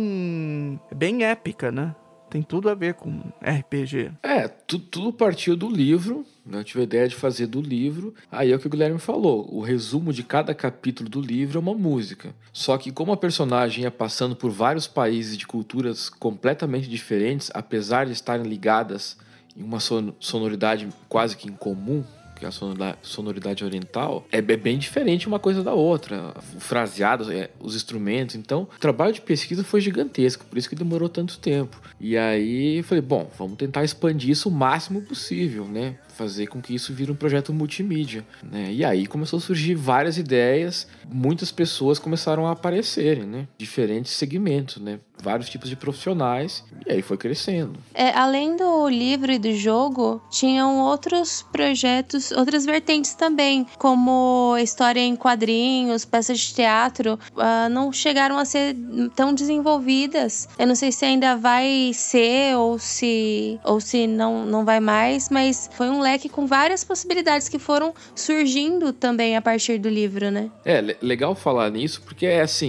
bem épica, né? Tem tudo a ver com RPG. Tudo partiu do livro, né? Eu tive a ideia de fazer do livro. Aí é o que o Guilherme falou. O resumo de cada capítulo do livro é uma música. Só que como a personagem ia passando por vários países de culturas completamente diferentes, apesar de estarem ligadas em uma sonoridade quase que em comum, que é a sonoridade oriental, é bem diferente uma coisa da outra. O fraseado, os instrumentos. Então, o trabalho de pesquisa foi gigantesco, por isso que demorou tanto tempo. E aí, eu falei, bom, vamos tentar expandir isso o máximo possível, né? Fazer com que isso vire um projeto multimídia, né? E aí começou a surgir várias ideias, muitas pessoas começaram a aparecerem, né? Diferentes segmentos, né? Vários tipos de profissionais, e aí foi crescendo. Além do livro e do jogo, tinham outros projetos, outras vertentes também, como história em quadrinhos, peças de teatro, não chegaram a ser tão desenvolvidas. Eu não sei se ainda vai ser ou se não vai mais, mas foi um leque com várias possibilidades que foram surgindo também a partir do livro, né? Legal falar nisso, porque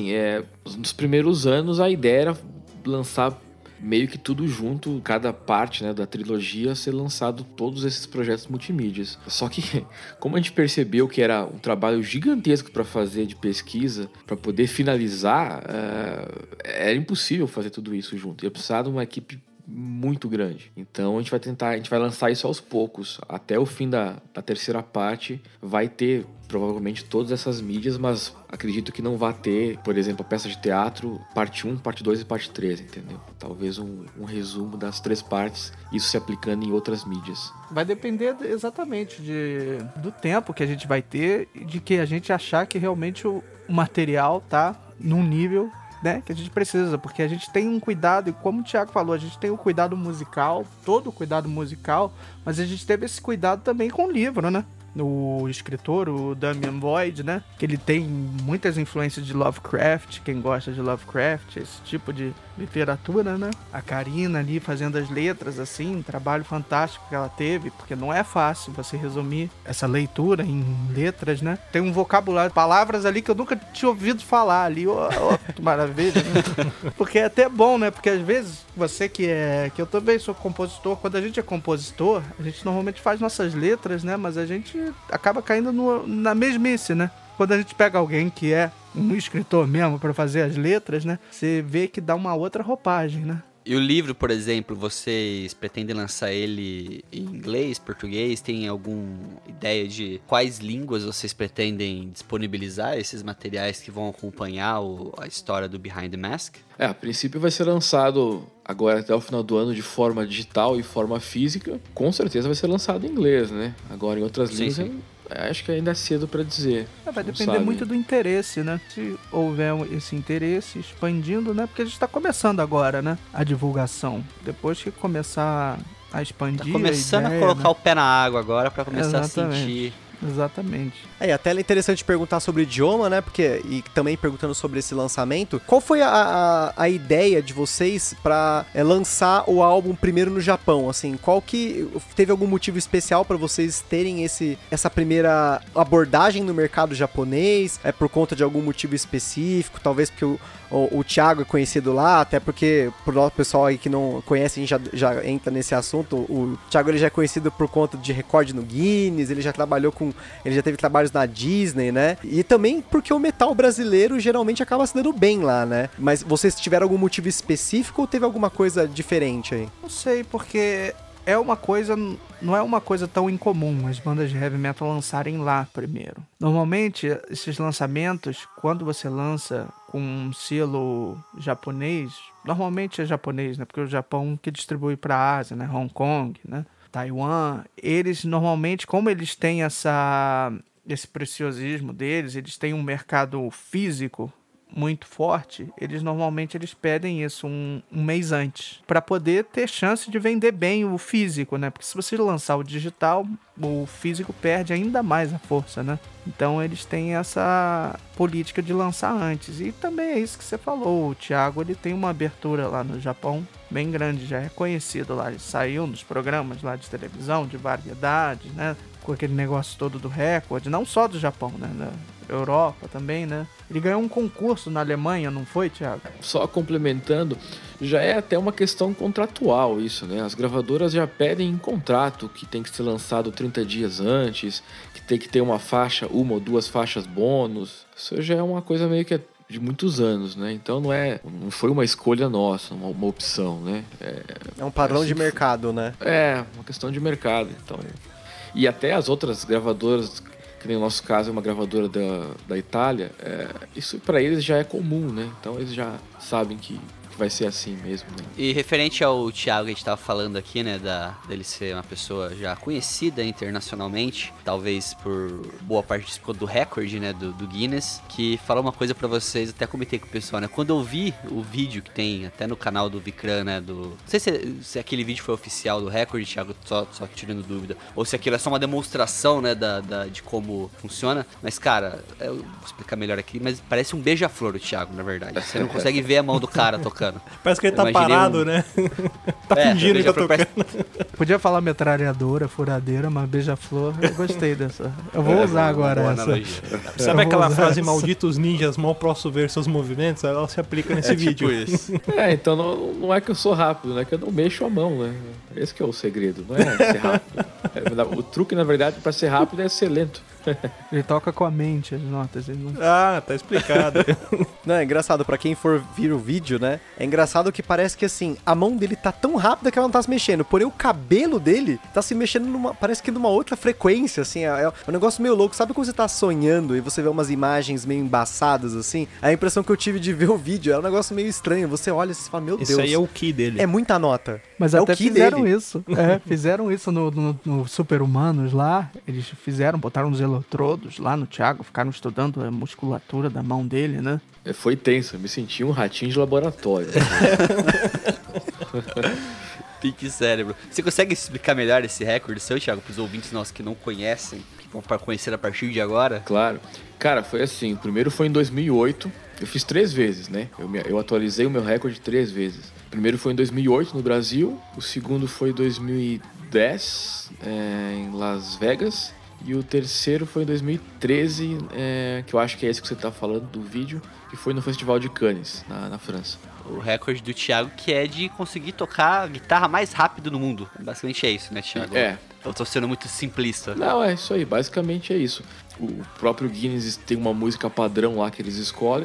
nos primeiros anos a ideia era lançar meio que tudo junto, cada parte, né, da trilogia ser lançado todos esses projetos multimídias. Só que, como a gente percebeu que era um trabalho gigantesco para fazer de pesquisa, para poder finalizar, era impossível fazer tudo isso junto. Ia precisar de uma equipe muito grande. Então a gente vai lançar isso aos poucos. Até o fim da terceira parte vai ter provavelmente todas essas mídias, mas acredito que não vai ter, por exemplo, a peça de teatro, parte 1, parte 2 e parte 3, entendeu? Talvez um resumo das 3 partes, isso se aplicando em outras mídias. Vai depender exatamente do tempo que a gente vai ter e de que a gente achar que realmente o material tá num nível, né, que a gente precisa, porque a gente tem um cuidado, e como o Thiago falou, a gente tem o cuidado musical, todo o cuidado musical, mas a gente teve esse cuidado também com o livro, né? O escritor, o Damian Boyd, né? Que ele tem muitas influências de Lovecraft, quem gosta de Lovecraft, esse tipo de literatura, né? A Karina ali fazendo as letras, assim, um trabalho fantástico que ela teve, porque não é fácil você resumir essa leitura em letras, né? Tem um vocabulário, palavras ali que eu nunca tinha ouvido falar ali, que maravilha, né? Porque é até bom, né? Porque às vezes você que eu também sou compositor, quando a gente é compositor, a gente normalmente faz nossas letras, né? Mas a gente acaba caindo na mesmice, né? Quando a gente pega alguém que é um escritor mesmo para fazer as letras, né? Você vê que dá uma outra roupagem, né? E o livro, por exemplo, vocês pretendem lançar ele em inglês, português? Tem alguma ideia de quais línguas vocês pretendem disponibilizar esses materiais que vão acompanhar a história do Behind the Mask? A princípio vai ser lançado agora até o final do ano de forma digital e forma física. Com certeza vai ser lançado em inglês, né? Agora em outras línguas, acho que ainda é cedo para dizer. Vai depender muito do interesse, né? Se houver esse interesse expandindo, né? Porque a gente está começando agora, né? A divulgação. Depois que começar a expandir. Tá começando a colocar o pé na água agora para começar a sentir. Exatamente. Até é interessante perguntar sobre o idioma, né? Porque, e também perguntando sobre esse lançamento, qual foi a ideia de vocês pra lançar o álbum primeiro no Japão? Assim, qual que teve algum motivo especial pra vocês terem essa primeira abordagem no mercado japonês? É por conta de algum motivo específico? Talvez porque o Thiago é conhecido lá, até porque, pro nosso pessoal aí que não conhece, a gente já entra nesse assunto. O Thiago ele já é conhecido por conta de recorde no Guinness, ele já teve trabalhos na Disney, né? E também porque o metal brasileiro geralmente acaba se dando bem lá, né? Mas vocês tiveram algum motivo específico ou teve alguma coisa diferente aí? Não sei, porque não é uma coisa tão incomum as bandas de heavy metal lançarem lá primeiro. Normalmente, esses lançamentos, quando você lança com um selo japonês, normalmente é japonês, né? Porque é o Japão que distribui para a Ásia, né? Hong Kong, né? Taiwan, eles normalmente, como eles têm esse preciosismo deles, eles têm um mercado físico muito forte, normalmente pedem isso um mês antes, para poder ter chance de vender bem o físico, né? Porque se você lançar o digital, o físico perde ainda mais a força, né? Então eles têm essa política de lançar antes. E também é isso que você falou, o Thiago ele tem uma abertura lá no Japão bem grande, já é conhecido lá, ele saiu nos programas lá de televisão, de variedades, né? Com aquele negócio todo do recorde, não só do Japão, né? Da Europa também, né? Ele ganhou um concurso na Alemanha, não foi, Thiago? Só complementando, já é até uma questão contratual isso, né? As gravadoras já pedem em contrato que tem que ser lançado 30 dias antes, que tem que ter uma ou duas faixas bônus. Isso já é uma coisa meio que de muitos anos, né? Então não foi uma escolha nossa, uma opção, né? É um padrão de mercado, né? É, uma questão de mercado, então. E até as outras gravadoras, que nem o nosso caso é uma gravadora da Itália, isso para eles já é comum, né? Então eles já sabem que vai ser assim mesmo, né? E referente ao Thiago, a gente tava falando aqui, né, dele ser uma pessoa já conhecida internacionalmente, talvez por boa parte do recorde, né, do Guinness, que falou uma coisa pra vocês, até comentei com o pessoal, né, quando eu vi o vídeo que tem até no canal do Vikram, né, não sei se aquele vídeo foi oficial do recorde, Thiago, só tirando dúvida, ou se aquilo é só uma demonstração, né, de como funciona, mas cara, eu vou explicar melhor aqui, mas parece um beija-flor o Thiago, na verdade, você não consegue ver a mão do cara tocando. Parece que ele tá parado, né? Tá fingindo que tá tocando. Podia falar metralhadora, furadeira, mas beija-flor, eu gostei dessa. Eu vou usar agora essa. Sabe aquela frase, malditos ninjas, mal posso ver seus movimentos? Ela se aplica nesse vídeo. Isso. Então não é que eu sou rápido, né? Que eu não mexo a mão, né? Esse que é o segredo, não é ser rápido. O truque, na verdade, pra ser rápido é ser lento. Ele toca com a mente as notas. Ah, tá explicado. Não, é engraçado, pra quem for vir o vídeo, né? É engraçado que parece que, assim, a mão dele tá tão rápida que ela não tá se mexendo. Porém, o cabelo dele tá se mexendo parece que numa outra frequência, assim. É um negócio meio louco. Sabe quando você tá sonhando e você vê umas imagens meio embaçadas, assim? A impressão que eu tive de ver o vídeo é um negócio meio estranho. Você olha e você fala, meu Deus. Isso aí é o ki dele. É muita nota. Mas até fizeram isso. Fizeram isso no Super Humanos lá. Eles botaram uns eletrodos lá no Thiago, ficaram estudando a musculatura da mão dele, né? Foi tenso, eu me senti um ratinho de laboratório. Pique cérebro. Você consegue explicar melhor esse recorde seu, Thiago, pros ouvintes nossos que não conhecem, que vão conhecer a partir de agora? Claro. Cara, foi assim, o primeiro foi em 2008, eu fiz 3 vezes, né? Eu atualizei o meu recorde 3 vezes. O primeiro foi em 2008 no Brasil, o segundo foi em 2010 em Las Vegas, e o terceiro foi em 2013, que eu acho que é esse que você tá falando do vídeo, que foi no Festival de Cannes, na França. O recorde do Thiago, que é de conseguir tocar a guitarra mais rápido no mundo. Basicamente é isso, né, Thiago? Eu tô sendo muito simplista. Não, é isso aí, basicamente é isso. O próprio Guinness tem uma música padrão lá que eles escolhem,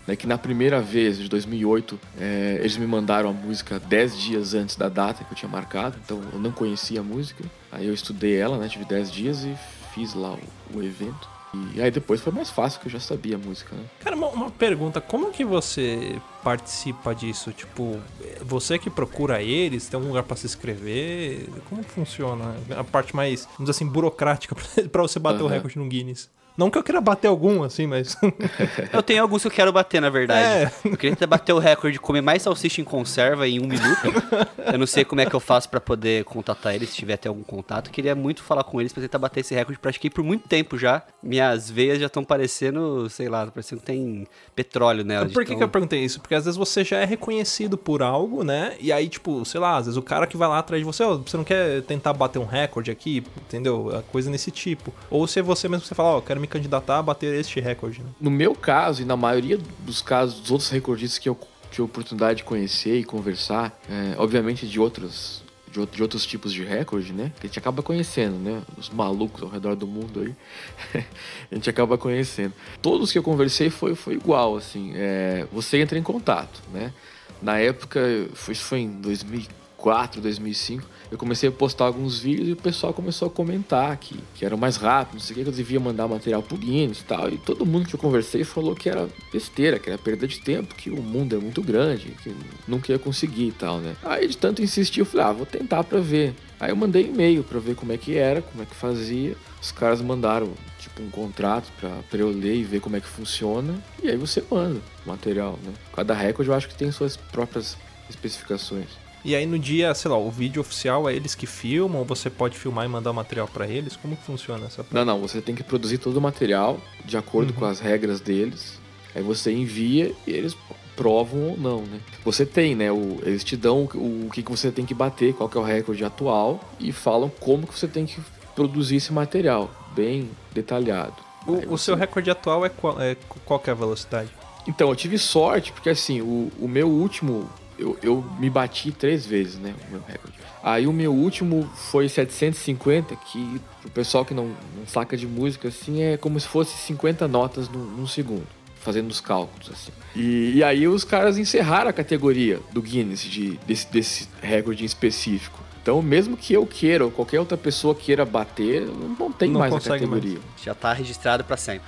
né, que na primeira vez, de 2008, eles me mandaram a música 10 dias antes da data que eu tinha marcado, então eu não conhecia a música. Aí eu estudei ela, né, tive 10 dias e fiz lá o evento. E aí depois foi mais fácil, que eu já sabia a música, né? Cara, uma pergunta, como que você participa disso? Tipo, você que procura eles, tem um lugar pra se inscrever? Como que funciona? A parte mais, vamos dizer assim, burocrática pra você bater o recorde no Guinness. Não que eu queira bater algum, assim, mas... Eu tenho alguns que eu quero bater, na verdade. Eu queria tentar bater o recorde de comer mais salsicha em conserva em 1 minuto. Eu não sei como é que eu faço pra poder contatar eles, se tiver até algum contato. Eu queria muito falar com eles pra tentar bater esse recorde. Pratiquei por muito tempo já. Minhas veias já estão parecendo, sei lá, parecendo que tem petróleo nelas. Por que eu perguntei isso? Porque às vezes você já é reconhecido por algo, né? E aí, tipo, sei lá, às vezes o cara que vai lá atrás de você, você não quer tentar bater um recorde aqui, entendeu? A coisa nesse tipo. Ou se é você mesmo que você fala, eu quero me candidatar a bater este recorde, né? No meu caso, e na maioria dos casos dos outros recordistas que eu tive a oportunidade de conhecer e conversar, obviamente de outros tipos de recorde, né? Que a gente acaba conhecendo, né? Os malucos ao redor do mundo aí. A gente acaba conhecendo. Todos que eu conversei foi igual, assim. Você entra em contato, né? Na época, isso foi em 2004, 2005, eu comecei a postar alguns vídeos e o pessoal começou a comentar que era mais rápido, não sei o que eu devia mandar material pro Guinness e tal. E todo mundo que eu conversei falou que era besteira, que era perda de tempo, que o mundo é muito grande, que eu nunca ia conseguir e tal, né? Aí de tanto insistir, eu falei, vou tentar pra ver. Aí eu mandei e-mail pra ver como é que era, como é que fazia. Os caras mandaram, tipo, um contrato pra eu ler e ver como é que funciona. E aí você manda o material, né? Cada recorde eu acho que tem suas próprias especificações. E aí no dia, sei lá, o vídeo oficial é eles que filmam, ou você pode filmar e mandar o material pra eles? Como que funciona essa parte? Não, você tem que produzir todo o material de acordo com as regras deles. Aí você envia e eles provam ou não, né? Você tem, né? Eles te dão o que você tem que bater, qual que é o recorde atual, e falam como que você tem que produzir esse material, bem detalhado. O seu recorde atual é qual que é a velocidade? Então, eu tive sorte, porque assim, o meu último... Eu me bati 3 vezes, né, o meu recorde. Aí o meu último foi 750, que pro pessoal que não saca de música, assim, é como se fosse 50 notas num segundo, fazendo os cálculos, assim. E aí os caras encerraram a categoria do Guinness desse recorde em específico. Então, mesmo que eu queira, ou qualquer outra pessoa queira bater, não tem mais a categoria. Mais. Já tá registrado pra sempre.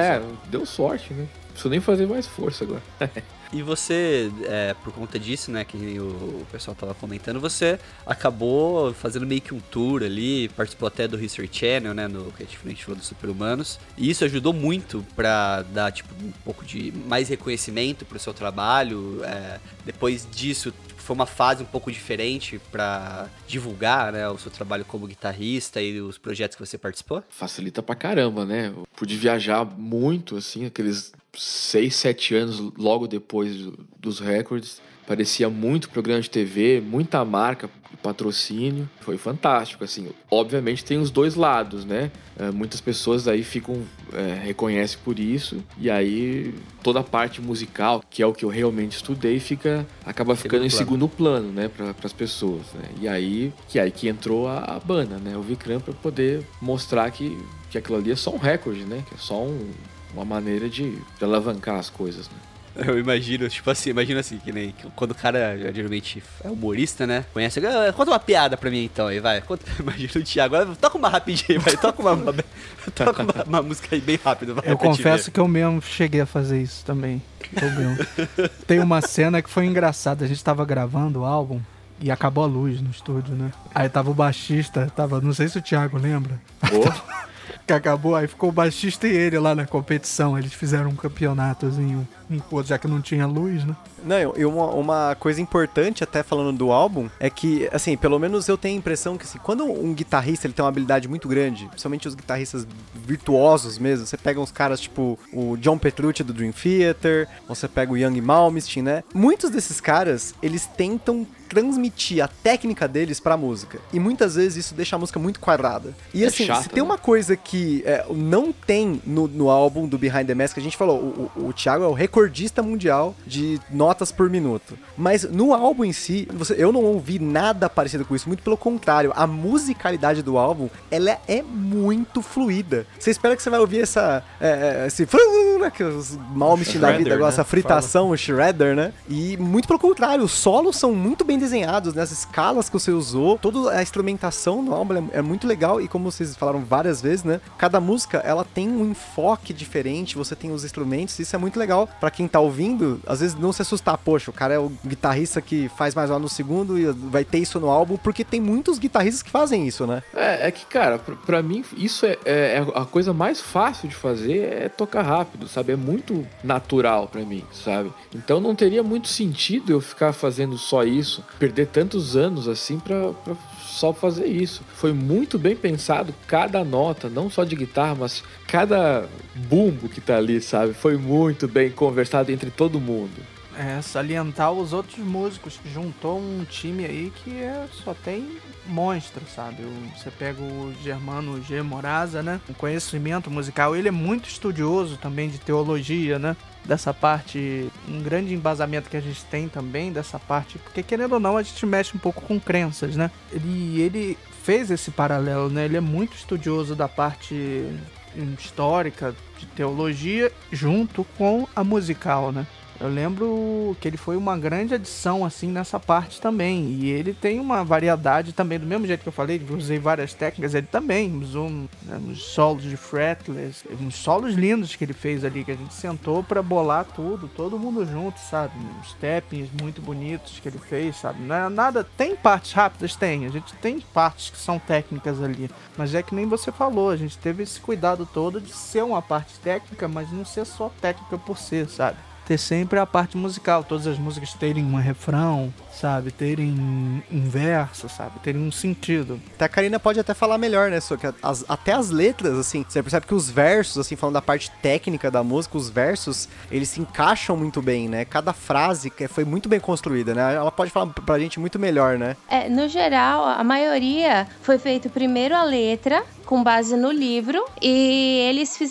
Deu sorte, né? Não preciso nem fazer mais força agora. E você, por conta disso, né, que o pessoal tava comentando, você acabou fazendo meio que um tour ali, participou até do History Channel, né, no que a gente falou dos Super-Humanos, e isso ajudou muito pra dar, tipo, um pouco de mais reconhecimento pro seu trabalho. Depois disso, foi uma fase um pouco diferente pra divulgar, né, o seu trabalho como guitarrista e os projetos que você participou? Facilita pra caramba, né? Eu pude viajar muito, assim, aqueles 6, 7 anos logo depois dos recordes. Parecia muito programa de TV, muita marca e patrocínio. Foi fantástico, assim. Obviamente tem os dois lados, né? Muitas pessoas aí reconhecem por isso. E aí toda a parte musical, que é o que eu realmente estudei, acaba ficando em segundo plano, né? Para as pessoas, né? E aí que entrou a banda, né? O Vikram, para poder mostrar que aquilo ali é só um recorde, né? Que é só uma maneira de alavancar as coisas, né? Eu imagino, tipo assim, que nem quando o cara geralmente é humorista, né? Conhece, conta uma piada pra mim então aí, vai. Imagina o Thiago, agora toca uma rapidinha, vai, toca uma música aí bem rápido. Vai, eu confesso que eu mesmo cheguei a fazer isso também. Tem uma cena que foi engraçada, a gente tava gravando o álbum e acabou a luz no estúdio, né? Aí tava o baixista, não sei se o Thiago lembra. Que acabou, aí ficou o baixista e ele lá na competição. Eles fizeram um campeonatozinho enquanto, já que não tinha luz, né? Não, e uma coisa importante, até falando do álbum, é que, assim, pelo menos eu tenho a impressão que, assim, quando um guitarrista ele tem uma habilidade muito grande, principalmente os guitarristas virtuosos mesmo, você pega uns caras tipo o John Petrucci do Dream Theater, você pega o Young Malmsteen, né? Muitos desses caras, eles tentam transmitir a técnica deles pra música. E muitas vezes isso deixa a música muito quadrada. E assim, chato, se tem uma coisa que não tem no álbum do Behind the Mask, a gente falou, o Thiago é o recordista mundial de notas por minuto. Mas no álbum em si, eu não ouvi nada parecido com isso. Muito pelo contrário, a musicalidade do álbum, ela é muito fluida. Você espera que você vai ouvir esse que os Malmsteen da vida, essa fritação, o shredder, né? E muito pelo contrário, os solos são muito bem desenhados, né? As escalas que você usou, toda a instrumentação no álbum é muito legal. E como vocês falaram várias vezes, né? Cada música, ela tem um enfoque diferente, você tem os instrumentos, isso é muito legal pra quem tá ouvindo, às vezes não se assustar, poxa, o cara é o guitarrista que faz mais lá no segundo e vai ter isso no álbum, porque tem muitos guitarristas que fazem isso, né? É que, cara, pra mim, isso é a coisa mais fácil de fazer, é tocar rápido, sabe? É muito natural pra mim, sabe? Então não teria muito sentido eu ficar fazendo só isso, perder tantos anos assim pra só fazer isso. Foi muito bem pensado cada nota, não só de guitarra, mas cada bumbo que tá ali, sabe? Foi muito bem conversado entre todo mundo. Salientar os outros músicos, que juntou um time aí que só tem monstro, sabe? Você pega o Germano G. Moraza, né? O conhecimento musical, ele é muito estudioso também de teologia, né? Dessa parte, um grande embasamento que a gente tem também dessa parte, porque querendo ou não, a gente mexe um pouco com crenças, né? Ele fez esse paralelo, né? Ele é muito estudioso da parte histórica, de teologia, junto com a musical, né? Eu lembro que ele foi uma grande adição, assim, nessa parte também. E ele tem uma variedade também, do mesmo jeito que eu falei, usei várias técnicas, ele também usou uns solos de fretless, uns solos lindos que ele fez ali, que a gente sentou pra bolar tudo, todo mundo junto, sabe? Uns tappings muito bonitos que ele fez, sabe? Não é nada... Tem partes rápidas? Tem. A gente tem partes que são técnicas ali. Mas é que nem você falou, a gente teve esse cuidado todo de ser uma parte técnica, mas não ser só técnica por ser, sabe? Ter sempre a parte musical, todas as músicas terem um refrão, sabe, terem um verso, sabe, terem um sentido. Até a Karina pode até falar melhor, né, só que até as letras, assim, você percebe que os versos, assim, falando da parte técnica da música, os versos, eles se encaixam muito bem, né, cada frase foi muito bem construída, né, ela pode falar pra gente muito melhor, né. No geral, a maioria foi feito primeiro a letra, com base no livro, e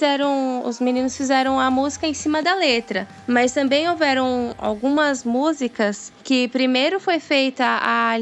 os meninos fizeram a música em cima da letra, mas também houveram algumas músicas que primeiro foi feita a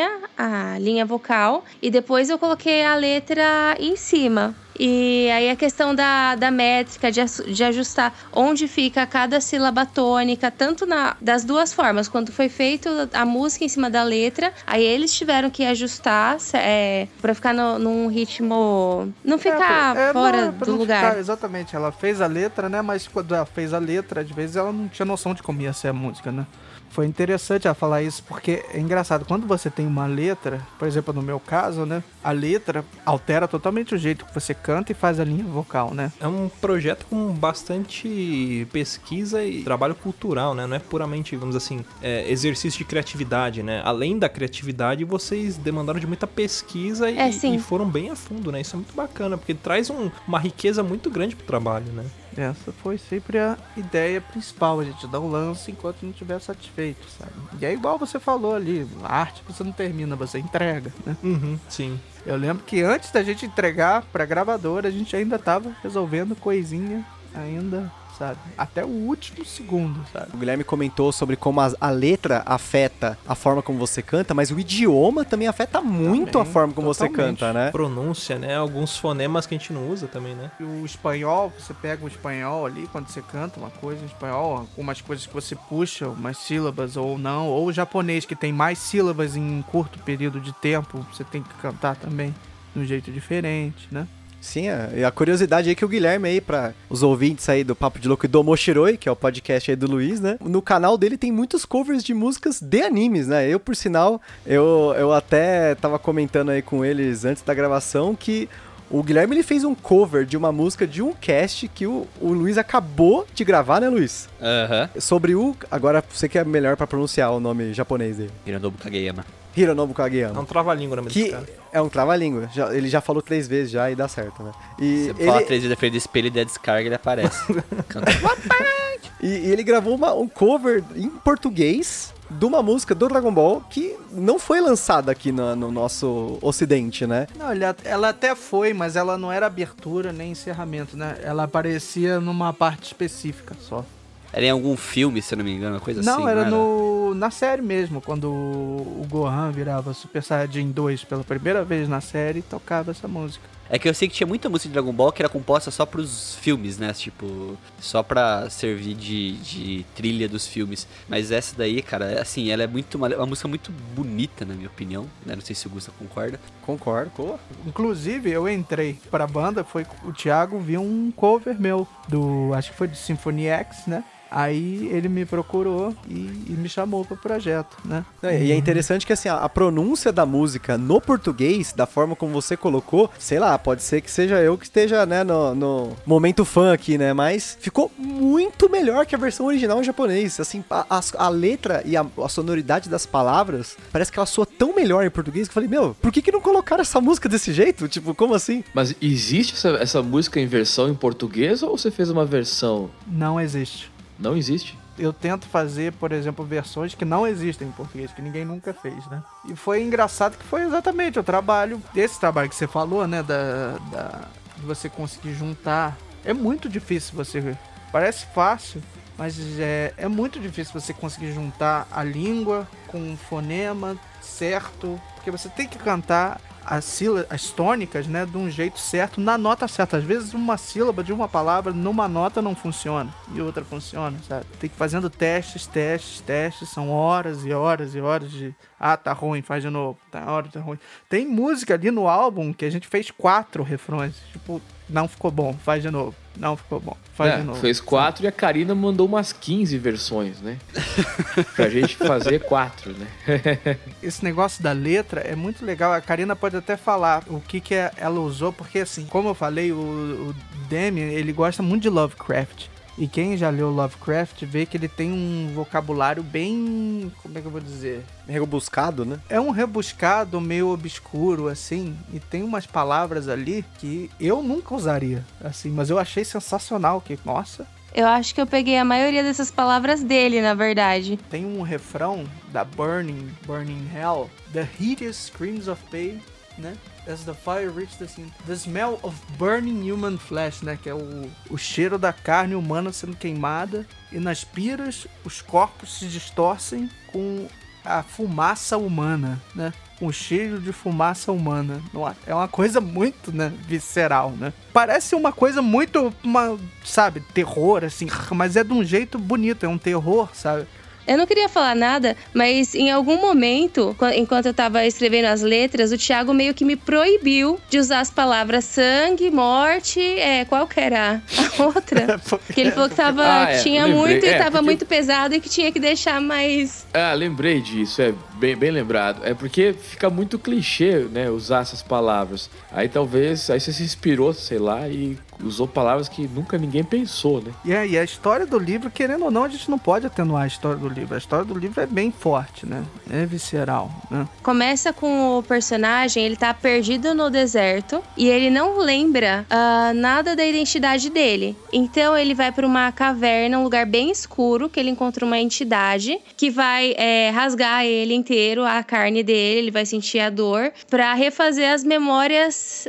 linha vocal, e depois eu coloquei a letra em cima. E aí a questão da métrica, de ajustar onde fica cada sílaba tônica, tanto das duas formas, quando foi feito a música em cima da letra, aí eles tiveram que ajustar pra ficar num ritmo, não ficar fora do lugar. Exatamente, ela fez a letra, né, mas quando ela fez a letra, às vezes ela não tinha noção de como ia ser a música, né. Foi interessante ela falar isso, porque é engraçado, quando você tem uma letra, por exemplo, no meu caso, né, a letra altera totalmente o jeito que você canta e faz a linha vocal, né? É um projeto com bastante pesquisa e trabalho cultural, né? Não é puramente, vamos dizer assim, exercício de criatividade, né? Além da criatividade, vocês demandaram de muita pesquisa e foram bem a fundo, né? Isso é muito bacana, porque traz uma riqueza muito grande pro trabalho, né? Essa foi sempre a ideia principal, a gente não lança enquanto não estiver satisfeito, sabe? E é igual você falou ali, a arte você não termina, você entrega, né? Uhum, sim. Eu lembro que antes da gente entregar pra gravadora, a gente ainda tava resolvendo coisinha ainda, sabe? Até o último segundo, sabe? O Guilherme comentou sobre como a letra afeta a forma como você canta, mas o idioma também afeta muito também, a forma como totalmente. Você canta, né? Pronúncia, né? Alguns fonemas que a gente não usa também, né? O espanhol, você pega o espanhol ali, quando você canta uma coisa em espanhol, algumas coisas que você puxa, umas sílabas ou não, ou o japonês que tem mais sílabas em um curto período de tempo, você tem que cantar também de um jeito diferente, né? Sim, e a curiosidade aí que o Guilherme aí, pra os ouvintes aí do Papo de Louco e do Moshiroi, que é o podcast aí do Luiz, né? No canal dele tem muitos covers de músicas de animes, né? Eu, por sinal, eu até tava comentando aí com eles antes da gravação que o Guilherme, ele fez um cover de uma música de um cast que o Luiz acabou de gravar, né, Luiz? Aham. Sobre agora você que é melhor pra pronunciar o nome japonês dele. Hironobu Kageyama. Hironobu Kageyama. É um trava-língua, né, desse cara. É um trava-língua. Ele já falou 3 vezes já e dá certo, né? E você fala 3 vezes na frente do espelho e der descarga, ele aparece. E ele gravou um cover em português de uma música do Dragon Ball que não foi lançada aqui no nosso ocidente, né? Não, ela até foi, mas ela não era abertura nem encerramento, né? Ela aparecia numa parte específica só. Era em algum filme, se eu não me engano, uma coisa assim. Não, era na série mesmo, quando o Gohan virava Super Saiyajin 2 pela primeira vez na série, tocava essa música. É que eu sei que tinha muita música de Dragon Ball que era composta só pros filmes, né? Tipo, só pra servir de trilha dos filmes. Mas essa daí, cara, assim, ela é uma música muito bonita, na minha opinião. Né? Não sei se o Gusta concorda. Concordo, pô. Inclusive, eu entrei pra banda, o Thiago viu um cover meu, acho que foi do Symphony X, né? Aí ele me procurou e me chamou pro projeto, né? E é interessante que assim, a pronúncia da música no português, da forma como você colocou, sei lá, pode ser que seja eu que esteja, né, no momento fã aqui, né? Mas ficou muito melhor que a versão original em japonês. Assim, a letra e a sonoridade das palavras, parece que ela soa tão melhor em português que eu falei, meu, por que não colocaram essa música desse jeito? Tipo, como assim? Mas existe essa música em versão em português ou você fez uma versão? Não existe. Não existe? Eu tento fazer, por exemplo, versões que não existem em português, que ninguém nunca fez, né? E foi engraçado que foi exatamente esse trabalho que você falou, né? De você conseguir juntar. É muito difícil você... Parece fácil, mas é muito difícil você conseguir juntar a língua com o fonema certo, porque você tem que cantar as tônicas, né, de um jeito certo, na nota certa. Às vezes uma sílaba de uma palavra numa nota não funciona e outra funciona, sabe? Tem que ir fazendo testes, são horas e horas e horas de... Ah, tá ruim, faz de novo. Tá ruim. Tem música ali no álbum que a gente fez 4 refrões. Tipo, não ficou bom, faz de novo. Não ficou bom, faz de novo. Fez 4 e a Karina mandou umas 15 versões, né? Pra gente fazer 4, né? Esse negócio da letra é muito legal. A Karina pode até falar o que ela usou, porque assim, como eu falei, o Damien, ele gosta muito de Lovecraft. E quem já leu Lovecraft vê que ele tem um vocabulário bem... Como é que eu vou dizer? Rebuscado, né? É um rebuscado meio obscuro, assim. E tem umas palavras ali que eu nunca usaria, assim. Mas eu achei sensacional, que, nossa... Eu acho que eu peguei a maioria dessas palavras dele, na verdade. Tem um refrão da Burning Hell. The hideous screams of pain, né? As the fire reaches the scene. The smell of burning human flesh, né? Que é o cheiro da carne humana sendo queimada. E nas piras, os corpos se distorcem com a fumaça humana, né? Com o cheiro de fumaça humana. É uma coisa muito, né, visceral, né? Parece uma coisa muito, sabe, terror, assim. Mas é de um jeito bonito, é um terror, sabe? Eu não queria falar nada, mas em algum momento, enquanto eu tava escrevendo as letras, o Thiago meio que me proibiu de usar as palavras sangue, morte, qual que era a outra? Porque ele falou que tinha muito e tava muito pesado e que tinha que deixar mais... Lembrei disso, bem lembrado. É porque fica muito clichê, né, usar essas palavras. Aí você se inspirou, sei lá, e usou palavras que nunca ninguém pensou, né? E a história do livro, querendo ou não, a gente não pode atenuar a história do livro. A história do livro é bem forte, né? É visceral, né? Começa com o personagem, ele tá perdido no deserto e ele não lembra nada da identidade dele. Então ele vai pra uma caverna, um lugar bem escuro, que ele encontra uma entidade que vai rasgar ele inteiro, a carne dele, ele vai sentir a dor, pra refazer as memórias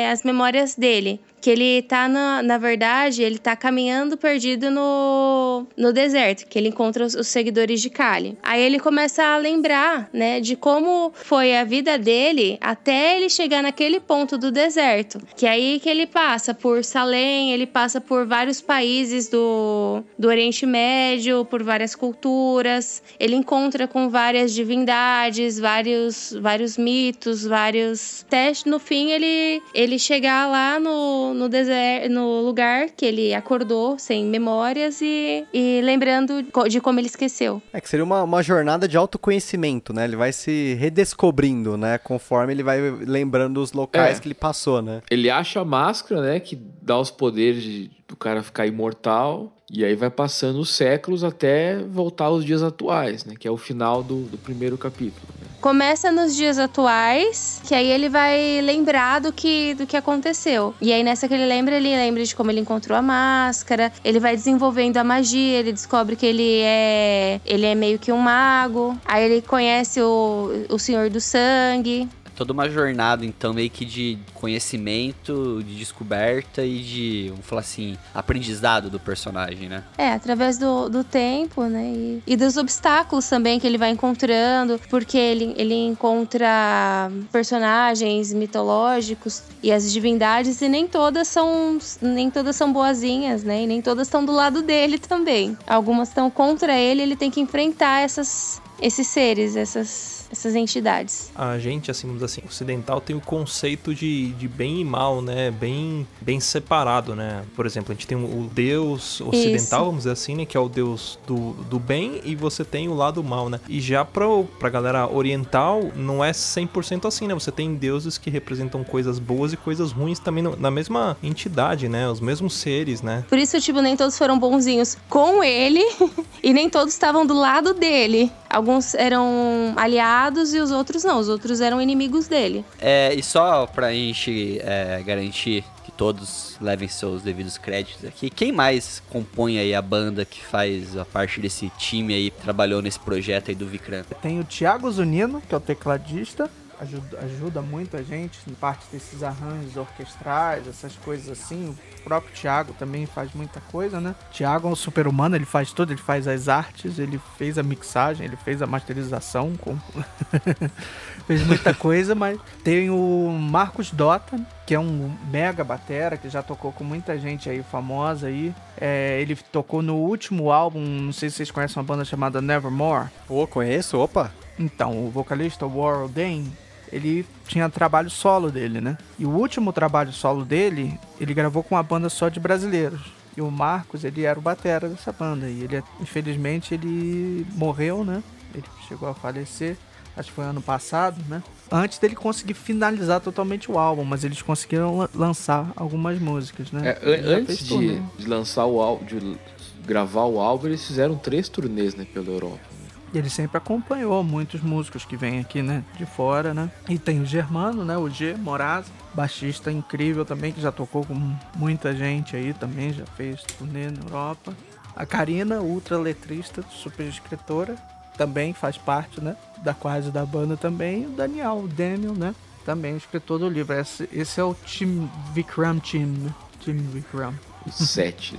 dele. Que ele tá, na verdade, ele tá caminhando perdido no deserto, que ele encontra os seguidores de Kali. Aí ele começa a lembrar, né, de como foi a vida dele até ele chegar naquele ponto do deserto. Que é aí que ele passa por Salem, ele passa por vários países do Oriente Médio, por várias culturas. Ele encontra com várias divindades, vários mitos, vários testes. No fim, ele chegar lá no deserto, no lugar que ele acordou sem memórias e lembrando de como ele esqueceu. Que seria uma jornada de autoconhecimento, né? Ele vai se redescobrindo, né? Conforme ele vai lembrando os locais que ele passou, né? Ele acha a máscara, né? Que dá os poderes do cara ficar imortal. E aí vai passando os séculos até voltar aos dias atuais, né? Que é o final do primeiro capítulo, né? Começa nos dias atuais, que aí ele vai lembrar do que aconteceu. E aí nessa que ele lembra de como ele encontrou a máscara, ele vai desenvolvendo a magia, ele descobre que ele é meio que um mago, aí ele conhece o Senhor do Sangue. Toda uma jornada, então, meio que de conhecimento, de descoberta e de, vamos falar assim, aprendizado do personagem, né? Através do tempo, né? E dos obstáculos também que ele vai encontrando, porque ele encontra personagens mitológicos e as divindades, e nem todas são boazinhas, né? E nem todas estão do lado dele também. Algumas estão contra ele tem que enfrentar esses seres, essas entidades. A gente, assim, vamos dizer assim, ocidental tem o conceito de bem e mal, né? Bem separado, né? Por exemplo, a gente tem o deus ocidental, vamos dizer assim, né? Que é o deus do bem, e você tem o lado mal, né? E já pra galera oriental, não é 100% assim, né? Você tem deuses que representam coisas boas e coisas ruins também na mesma entidade, né? Os mesmos seres, né? Por isso, tipo, nem todos foram bonzinhos com ele e nem todos estavam do lado dele. Alguns eram aliados e os outros não. Os outros eram inimigos dele. E só pra gente garantir que todos levem seus devidos créditos aqui, quem mais compõe aí a banda que faz a parte desse time aí, que trabalhou nesse projeto aí do Vikram? Tem o Thiago Zunino, que é o tecladista. Ajuda muito a gente em parte desses arranjos orquestrais, essas coisas assim. O próprio Thiago também faz muita coisa, né? Thiago é um super-humano, ele faz tudo, ele faz as artes, ele fez a mixagem, ele fez a masterização, fez muita coisa, mas tem o Marcos Dota, que é um mega batera, que já tocou com muita gente aí famosa aí. Ele tocou no último álbum, não sei se vocês conhecem uma banda chamada Nevermore. Pô, conheço, opa! Então, o vocalista Warren Dane, ele tinha trabalho solo dele, né? E o último trabalho solo dele, ele gravou com uma banda só de brasileiros. E o Marcos, ele era o batera dessa banda. E ele, infelizmente, ele morreu, né? Ele chegou a falecer, acho que foi ano passado, né? Antes dele conseguir finalizar totalmente o álbum, mas eles conseguiram lançar algumas músicas, né? Antes de lançar o álbum, de gravar o álbum, eles fizeram 3 turnês, né, pela Europa. Ele sempre acompanhou muitos músicos que vêm aqui, né, de fora, né? E tem o Germano, né, o G Morazzi, baixista incrível também, que já tocou com muita gente aí também, já fez turnê na Europa. A Karina, ultra letrista, super escritora, também faz parte, né, da quase da banda também. E o Daniel, né, também escritor do livro. Esse é o Team Vikram Team, né? Team Vikram. 7.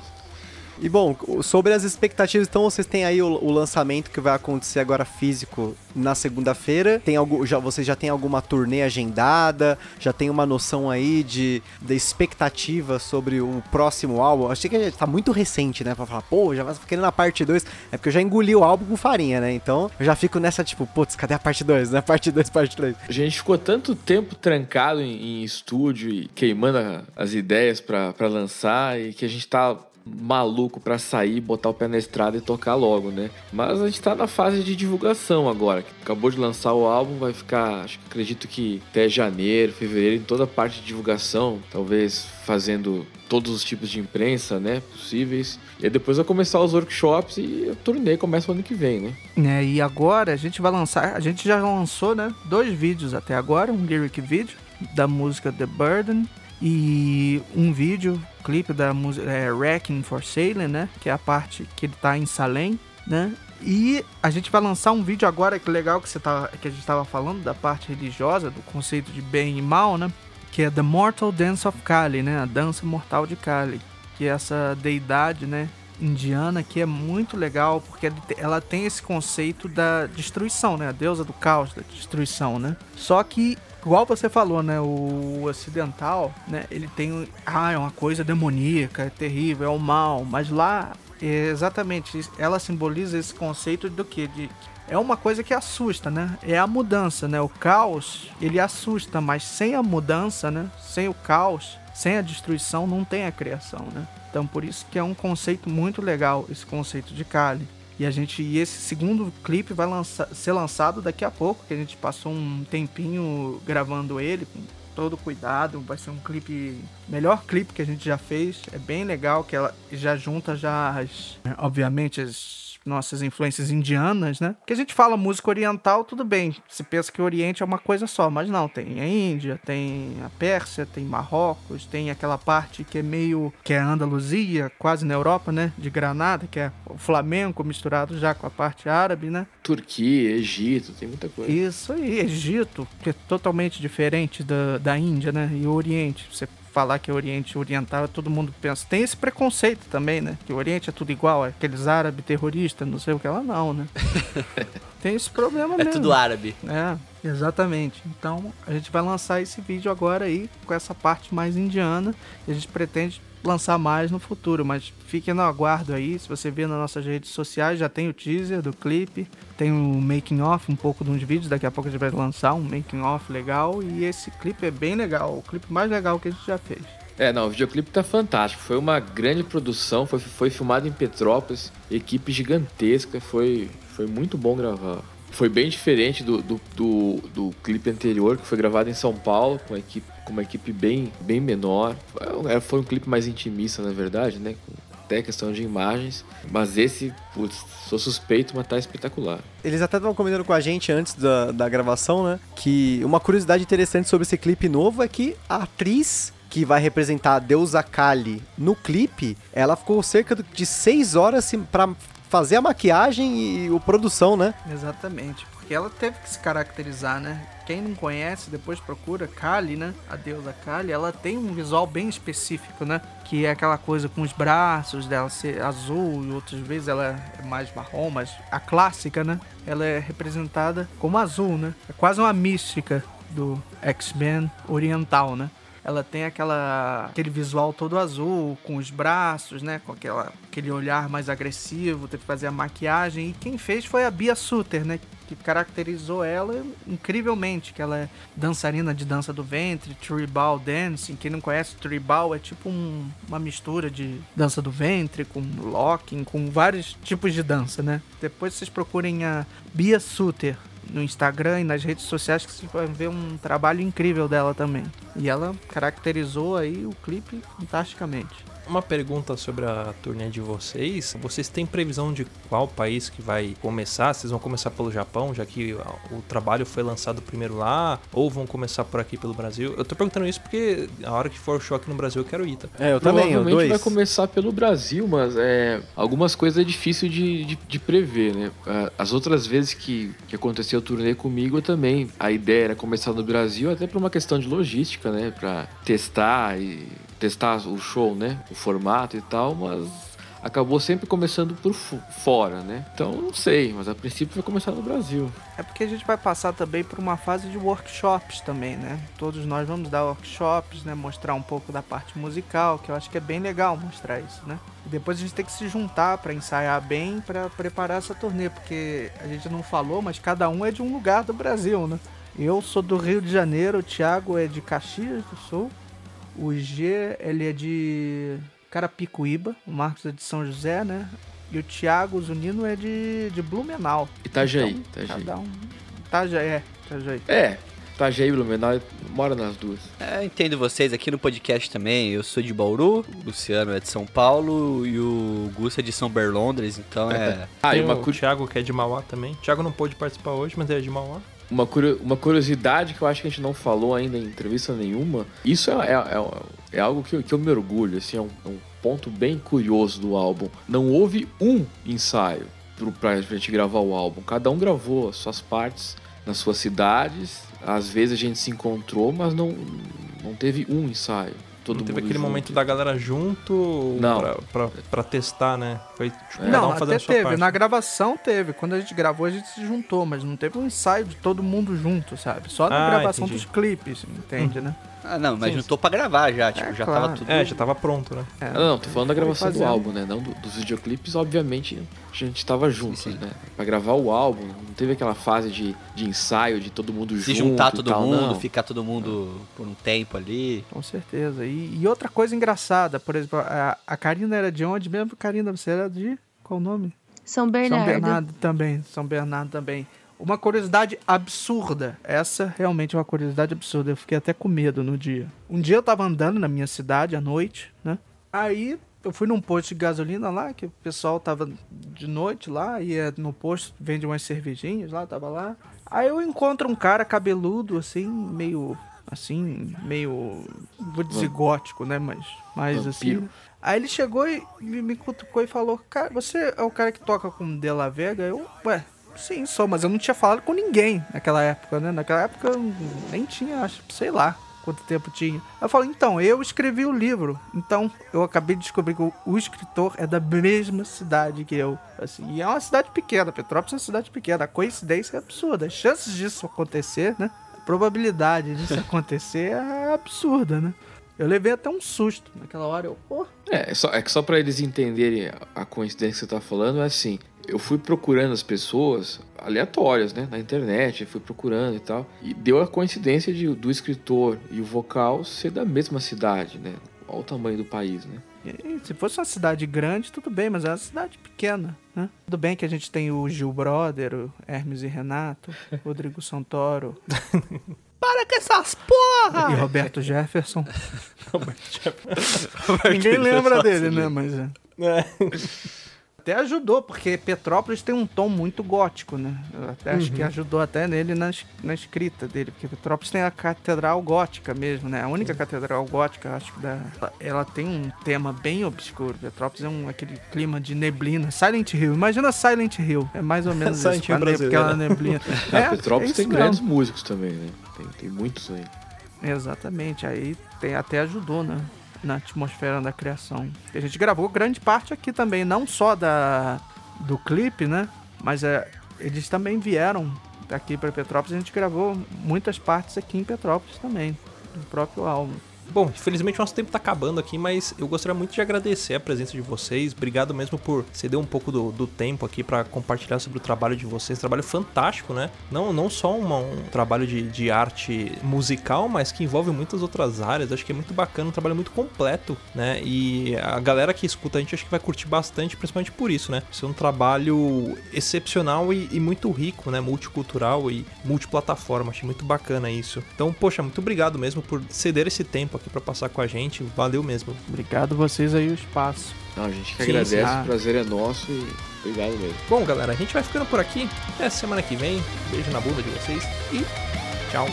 E bom, sobre as expectativas, então vocês têm aí o lançamento que vai acontecer agora físico na segunda-feira. Vocês já tem alguma turnê agendada? Já tem uma noção aí da expectativa sobre o próximo álbum? Achei que tá muito recente, né? Pra falar, pô, já vai querendo a parte 2. É porque eu já engoli o álbum com farinha, né? Então eu já fico nessa tipo, putz, cadê a parte 2, né? Parte 2, parte 3. A gente ficou tanto tempo trancado em estúdio e queimando as ideias pra lançar, e que a gente tá maluco pra sair, botar o pé na estrada e tocar logo, né? Mas a gente tá na fase de divulgação agora. Acabou de lançar o álbum, vai ficar, acredito que até janeiro, fevereiro, em toda a parte de divulgação, talvez fazendo todos os tipos de imprensa, né, possíveis. E aí depois vai começar os workshops e a turnê começa o ano que vem, né? E agora a gente vai lançar, a gente já lançou, né, 2 vídeos até agora, um lyric vídeo da música The Burden e um vídeo, clipe da música Wrecking for Sailing, né, que é a parte que ele tá em Salem, né? E a gente vai lançar um vídeo agora, que legal que a gente tava falando da parte religiosa, do conceito de bem e mal, né? Que é The Mortal Dance of Kali, né? A dança mortal de Kali, que é essa deidade, né, indiana, que é muito legal, porque ela tem esse conceito da destruição, né? A deusa do caos, da destruição, né? Só que, igual você falou, né? O ocidental, né? Ele tem... é uma coisa demoníaca, é terrível, é o mal. Mas lá, exatamente, ela simboliza esse conceito do quê? É uma coisa que assusta, né? É a mudança, né? O caos, ele assusta, mas sem a mudança, né? Sem o caos, sem a destruição, não tem a criação, né? Então, por isso que é um conceito muito legal, esse conceito de Kali. E esse segundo clipe vai ser lançado daqui a pouco, que a gente passou um tempinho gravando ele, com todo cuidado. Vai ser um clipe, melhor clipe que a gente já fez. É bem legal, que ela já junta obviamente, as nossas influências indianas, né? Porque a gente fala música oriental, tudo bem. Se pensa que o Oriente é uma coisa só, mas não. Tem a Índia, tem a Pérsia, tem Marrocos, tem aquela parte que é meio... que é a Andaluzia, quase na Europa, né? De Granada, que é o flamenco misturado já com a parte árabe, né? Turquia, Egito, tem muita coisa. Isso aí, Egito, que é totalmente diferente da Índia, né? E o Oriente, você falar que é Oriente Oriental, todo mundo pensa. Tem esse preconceito também, né? Que o Oriente é tudo igual, aqueles árabes terroristas, não sei o que lá, não, né? Tem esse problema mesmo. É tudo árabe. É, exatamente. Então, a gente vai lançar esse vídeo agora aí, com essa parte mais indiana, e a gente pretende lançar mais no futuro, mas fiquem no aguardo aí. Se você ver nas nossas redes sociais, já tem o teaser do clipe, tem o making off, um pouco de uns vídeos, daqui a pouco a gente vai lançar um making off legal, e esse clipe é bem legal, o clipe mais legal que a gente já fez. O videoclipe tá fantástico, foi uma grande produção, foi filmado em Petrópolis, equipe gigantesca, foi muito bom gravar. Foi bem diferente do clipe anterior, que foi gravado em São Paulo, com uma equipe bem menor. Foi um clipe mais intimista, na verdade, né? Até questão de imagens. Mas esse, sou suspeito, mas tá espetacular. Eles até estavam comentando com a gente antes da gravação, né? Que uma curiosidade interessante sobre esse clipe novo é que a atriz que vai representar a deusa Kali no clipe, ela ficou cerca de 6 horas pra fazer a maquiagem e a produção, né? Exatamente, porque ela teve que se caracterizar, né? Quem não conhece, depois procura Kali, né? A deusa Kali, ela tem um visual bem específico, né? Que é aquela coisa com os braços dela ser azul e outras vezes ela é mais marrom, mas a clássica, né? Ela é representada como azul, né? É quase uma mística do X-Men oriental, né? Ela tem aquele visual todo azul, com os braços, né? Com aquele olhar mais agressivo, teve que fazer a maquiagem. E quem fez foi a Bia Suter, né? Que caracterizou ela incrivelmente, que ela é dançarina de dança do ventre, tribal dancing. Quem não conhece, tribal é tipo uma mistura de dança do ventre, com locking, com vários tipos de dança, né? Depois vocês procurem a Bia Suter no Instagram e nas redes sociais, que vocês vão ver um trabalho incrível dela também. E ela caracterizou aí o clipe fantasticamente. Uma pergunta sobre a turnê de vocês. Vocês têm previsão de qual país que vai começar? Vocês vão começar pelo Japão, já que o trabalho foi lançado primeiro lá? Ou vão começar por aqui pelo Brasil? Eu tô perguntando isso porque a hora que for o show aqui no Brasil eu quero ir, tá? Eu também, provavelmente vai começar pelo Brasil, mas algumas coisas é difícil de prever, né? As outras vezes que aconteceu o turnê comigo, eu também. A ideia era começar no Brasil, até por uma questão de logística, né? Pra testar o show, né? O formato e tal, mas acabou sempre começando por fora, né? Então, não sei, mas a princípio vai começar no Brasil. É porque a gente vai passar também por uma fase de workshops também, né? Todos nós vamos dar workshops, né? Mostrar um pouco da parte musical, que eu acho que é bem legal mostrar isso, né? E depois a gente tem que se juntar para ensaiar bem, para preparar essa turnê, porque a gente não falou, mas cada um é de um lugar do Brasil, né? Eu sou do Rio de Janeiro, o Thiago é de Caxias do Sul, o G, ele é de Carapicuíba, o Marcos é de São José, né? E o Thiago Zunino é de Blumenau. Itajaí. Então, cada um... Itajaí. Itajaí e Blumenau, mora nas duas. Entendo vocês aqui no podcast também. Eu sou de Bauru, o Luciano é de São Paulo e o Gus é de São Berlondres, então e o Thiago, que é de Mauá também. O Thiago não pôde participar hoje, mas ele é de Mauá. Uma curiosidade que eu acho que a gente não falou ainda em entrevista nenhuma, isso é algo que eu me orgulho, assim, é um ponto bem curioso do álbum. Não houve um ensaio pra gente gravar o álbum, cada um gravou as suas partes nas suas cidades, às vezes a gente se encontrou, mas não teve um ensaio. Todo não teve mundo aquele junto. Momento da galera junto pra testar, né? Foi não, até teve. Na gravação teve. Quando a gente gravou, a gente se juntou, mas não teve um ensaio de todo mundo junto, sabe? Só na gravação dos clipes, entende, né? Não, mas juntou pra gravar já, já claro. tava tudo... já tava pronto, né? Não, tô falando da gravação do álbum, né? Não dos videoclipes, obviamente, a gente tava junto, sim. Né? Pra gravar o álbum, não teve aquela fase de ensaio, de todo mundo junto. Se juntar todo mundo, ficar todo mundo por um tempo ali. Com certeza. E outra coisa engraçada, por exemplo, a Karina era de onde mesmo? Karina, você era de qual nome? São Bernardo também. Uma curiosidade absurda. Essa realmente é uma curiosidade absurda. Eu fiquei até com medo no dia. Um dia eu tava andando na minha cidade à noite, né? Aí Eu fui num posto de gasolina lá, que o pessoal tava de noite lá, ia no posto, vende umas cervejinhas lá, tava lá. Aí eu encontro um cara cabeludo, assim, meio, vou dizer gótico, né, mas assim... Aí ele chegou e me cutucou e falou, cara, você é o cara que toca com De La Vega? Eu, sim, sou, mas eu não tinha falado com ninguém naquela época, né? Naquela época eu nem tinha, acho, sei lá quanto tempo tinha. Eu falei, então, eu escrevi o livro. Então, eu acabei de descobrir que o escritor é da mesma cidade que eu. Assim, e é uma cidade pequena, Petrópolis é uma cidade pequena. A coincidência é absurda. As chances disso acontecer, né? A probabilidade disso acontecer é absurda, né? Eu levei até um susto naquela hora. É que só pra eles entenderem a coincidência que você tá falando, é assim... Eu fui procurando as pessoas aleatórias, né, na internet, fui procurando e tal, e deu a coincidência do escritor e o vocal ser da mesma cidade, né? Olha o tamanho do país, né? E se fosse uma cidade grande, tudo bem, mas é uma cidade pequena, né? Tudo bem que a gente tem o Gil Brother, o Hermes e Renato, Rodrigo Santoro. Para com essas porra! E Roberto Jefferson. Ninguém lembra dele, né? Mas até ajudou, porque Petrópolis tem um tom muito gótico, né? Eu até acho que ajudou até nele na escrita dele, porque Petrópolis tem a catedral gótica mesmo, né? A única catedral gótica, acho que ela tem um tema bem obscuro. Petrópolis é aquele clima de neblina. Silent Hill, imagina Silent Hill. É mais ou menos Silent Hill brasileiro. Aquela neblina. Petrópolis tem grandes músicos também, né? Tem muitos aí. Exatamente, aí até ajudou, né? Na atmosfera da criação. A gente gravou grande parte aqui também, não só do clipe, né? Mas eles também vieram aqui para Petrópolis. A gente gravou muitas partes aqui em Petrópolis também, do próprio álbum. Bom, infelizmente nosso tempo tá acabando aqui, mas eu gostaria muito de agradecer a presença de vocês. Obrigado mesmo por ceder um pouco do tempo aqui pra compartilhar sobre o trabalho de vocês. Trabalho fantástico, né? Não só um trabalho de arte musical, mas que envolve muitas outras áreas. Acho que é muito bacana, um trabalho muito completo, né? E a galera que escuta a gente acho que vai curtir bastante, principalmente por isso, né? Isso é um trabalho excepcional e muito rico, né? Multicultural e multiplataforma. Achei muito bacana isso. Então, poxa, muito obrigado mesmo por ceder esse tempo aqui pra passar com a gente, valeu mesmo. Obrigado vocês aí o espaço. Não, a gente que agradece, o prazer é nosso e obrigado mesmo. Bom, galera, a gente vai ficando por aqui, até semana que vem, beijo na bunda de vocês e tchau.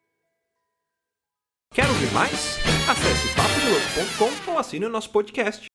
Quer ouvir mais? Acesse papodelouco.com ou assine o nosso podcast.